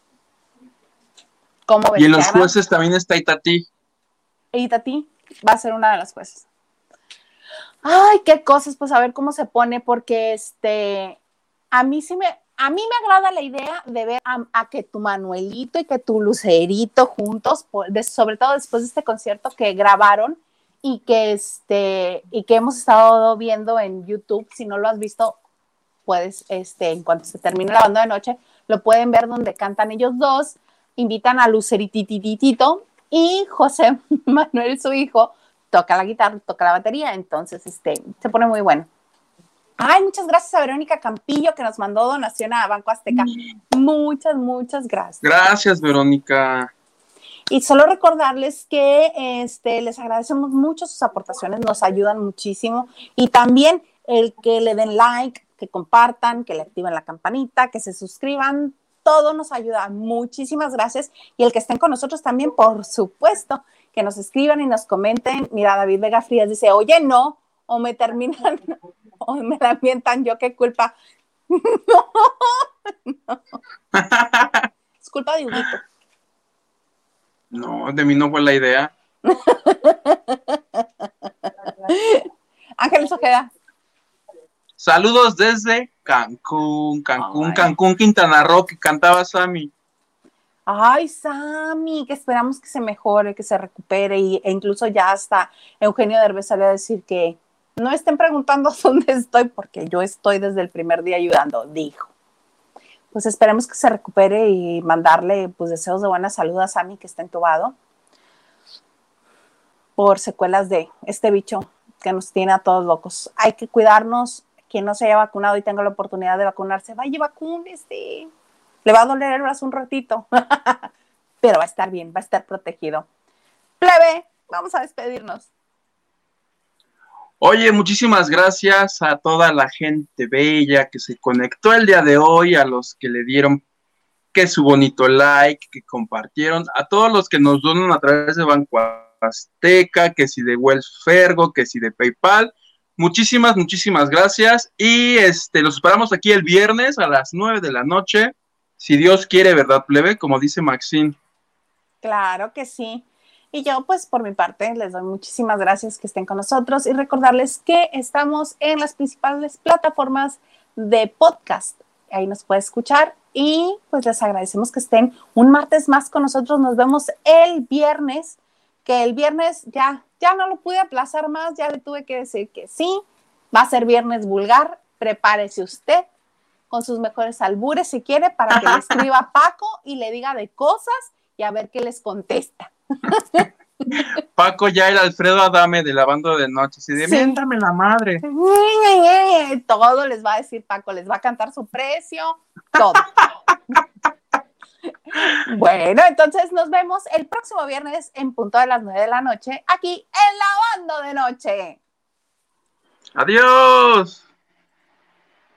¿Cómo ves? Y en los jueces también está Itati. Itati va a ser una de las jueces. Ay, qué cosas, pues a ver cómo se pone, porque a mí me agrada la idea de ver a que tu Manuelito y que tu Lucerito juntos, sobre todo después de este concierto que grabaron y que hemos estado viendo en YouTube. Si no lo has visto, puedes, en cuanto se termine la banda de noche, lo pueden ver donde cantan ellos dos, invitan a Luceritititito y José Manuel, su hijo, toca la guitarra, toca la batería, entonces se pone muy bueno. Ay, muchas gracias a Verónica Campillo que nos mandó donación a Banco Azteca. Muchas, muchas gracias. Gracias, Verónica. Y solo recordarles que les agradecemos mucho sus aportaciones, nos ayudan muchísimo. Y también el que le den like, que compartan, que le activen la campanita, que se suscriban, todo nos ayuda. Muchísimas gracias. Y el que estén con nosotros también, por supuesto, que nos escriban y nos comenten. Mira, David Vega Frías dice, oye, no, o me terminan... o me la mientan yo, qué culpa. No. Es culpa de Huguito. No, de mí no fue la idea. Ángeles Ojeda. Saludos desde Cancún, Quintana Roo, que cantaba Sammy. Ay, Sammy, que esperamos que se mejore, que se recupere, e incluso ya hasta Eugenio Derbez salió a decir que no estén preguntando dónde estoy, porque yo estoy desde el primer día ayudando, dijo. Pues esperemos que se recupere y mandarle pues deseos de buena salud a Sammy, que está entubado por secuelas de este bicho que nos tiene a todos locos. Hay que cuidarnos. Quien no se haya vacunado y tenga la oportunidad de vacunarse, vaya y vacúnese. Le va a doler el brazo un ratito, pero va a estar bien, va a estar protegido. Plebe, vamos a despedirnos. Oye, muchísimas gracias a toda la gente bella que se conectó el día de hoy, a los que le dieron que su bonito like, que compartieron, a todos los que nos donan a través de Banco Azteca, que si de Wells Fargo, que si de PayPal. Muchísimas gracias y los esperamos aquí el viernes a las 9 de la noche, si Dios quiere, ¿verdad, plebe? Como dice Maxine. Claro que sí. Y yo, pues, por mi parte, les doy muchísimas gracias que estén con nosotros y recordarles que estamos en las principales plataformas de podcast. Ahí nos puede escuchar y pues les agradecemos que estén un martes más con nosotros. Nos vemos el viernes, que el viernes ya no lo pude aplazar más, ya le tuve que decir que sí. Va a ser viernes vulgar. Prepárese usted con sus mejores albures si quiere para que le escriba a Paco y le diga de cosas y a ver qué les contesta. Paco ya el Alfredo Adame de Lavando de Noche, así de Sí. miéntame la madre. Todo les va a decir Paco, les va a cantar su precio, todo. Bueno, entonces nos vemos el próximo viernes en punto de las 9 de la noche aquí en Lavando de Noche. Adiós.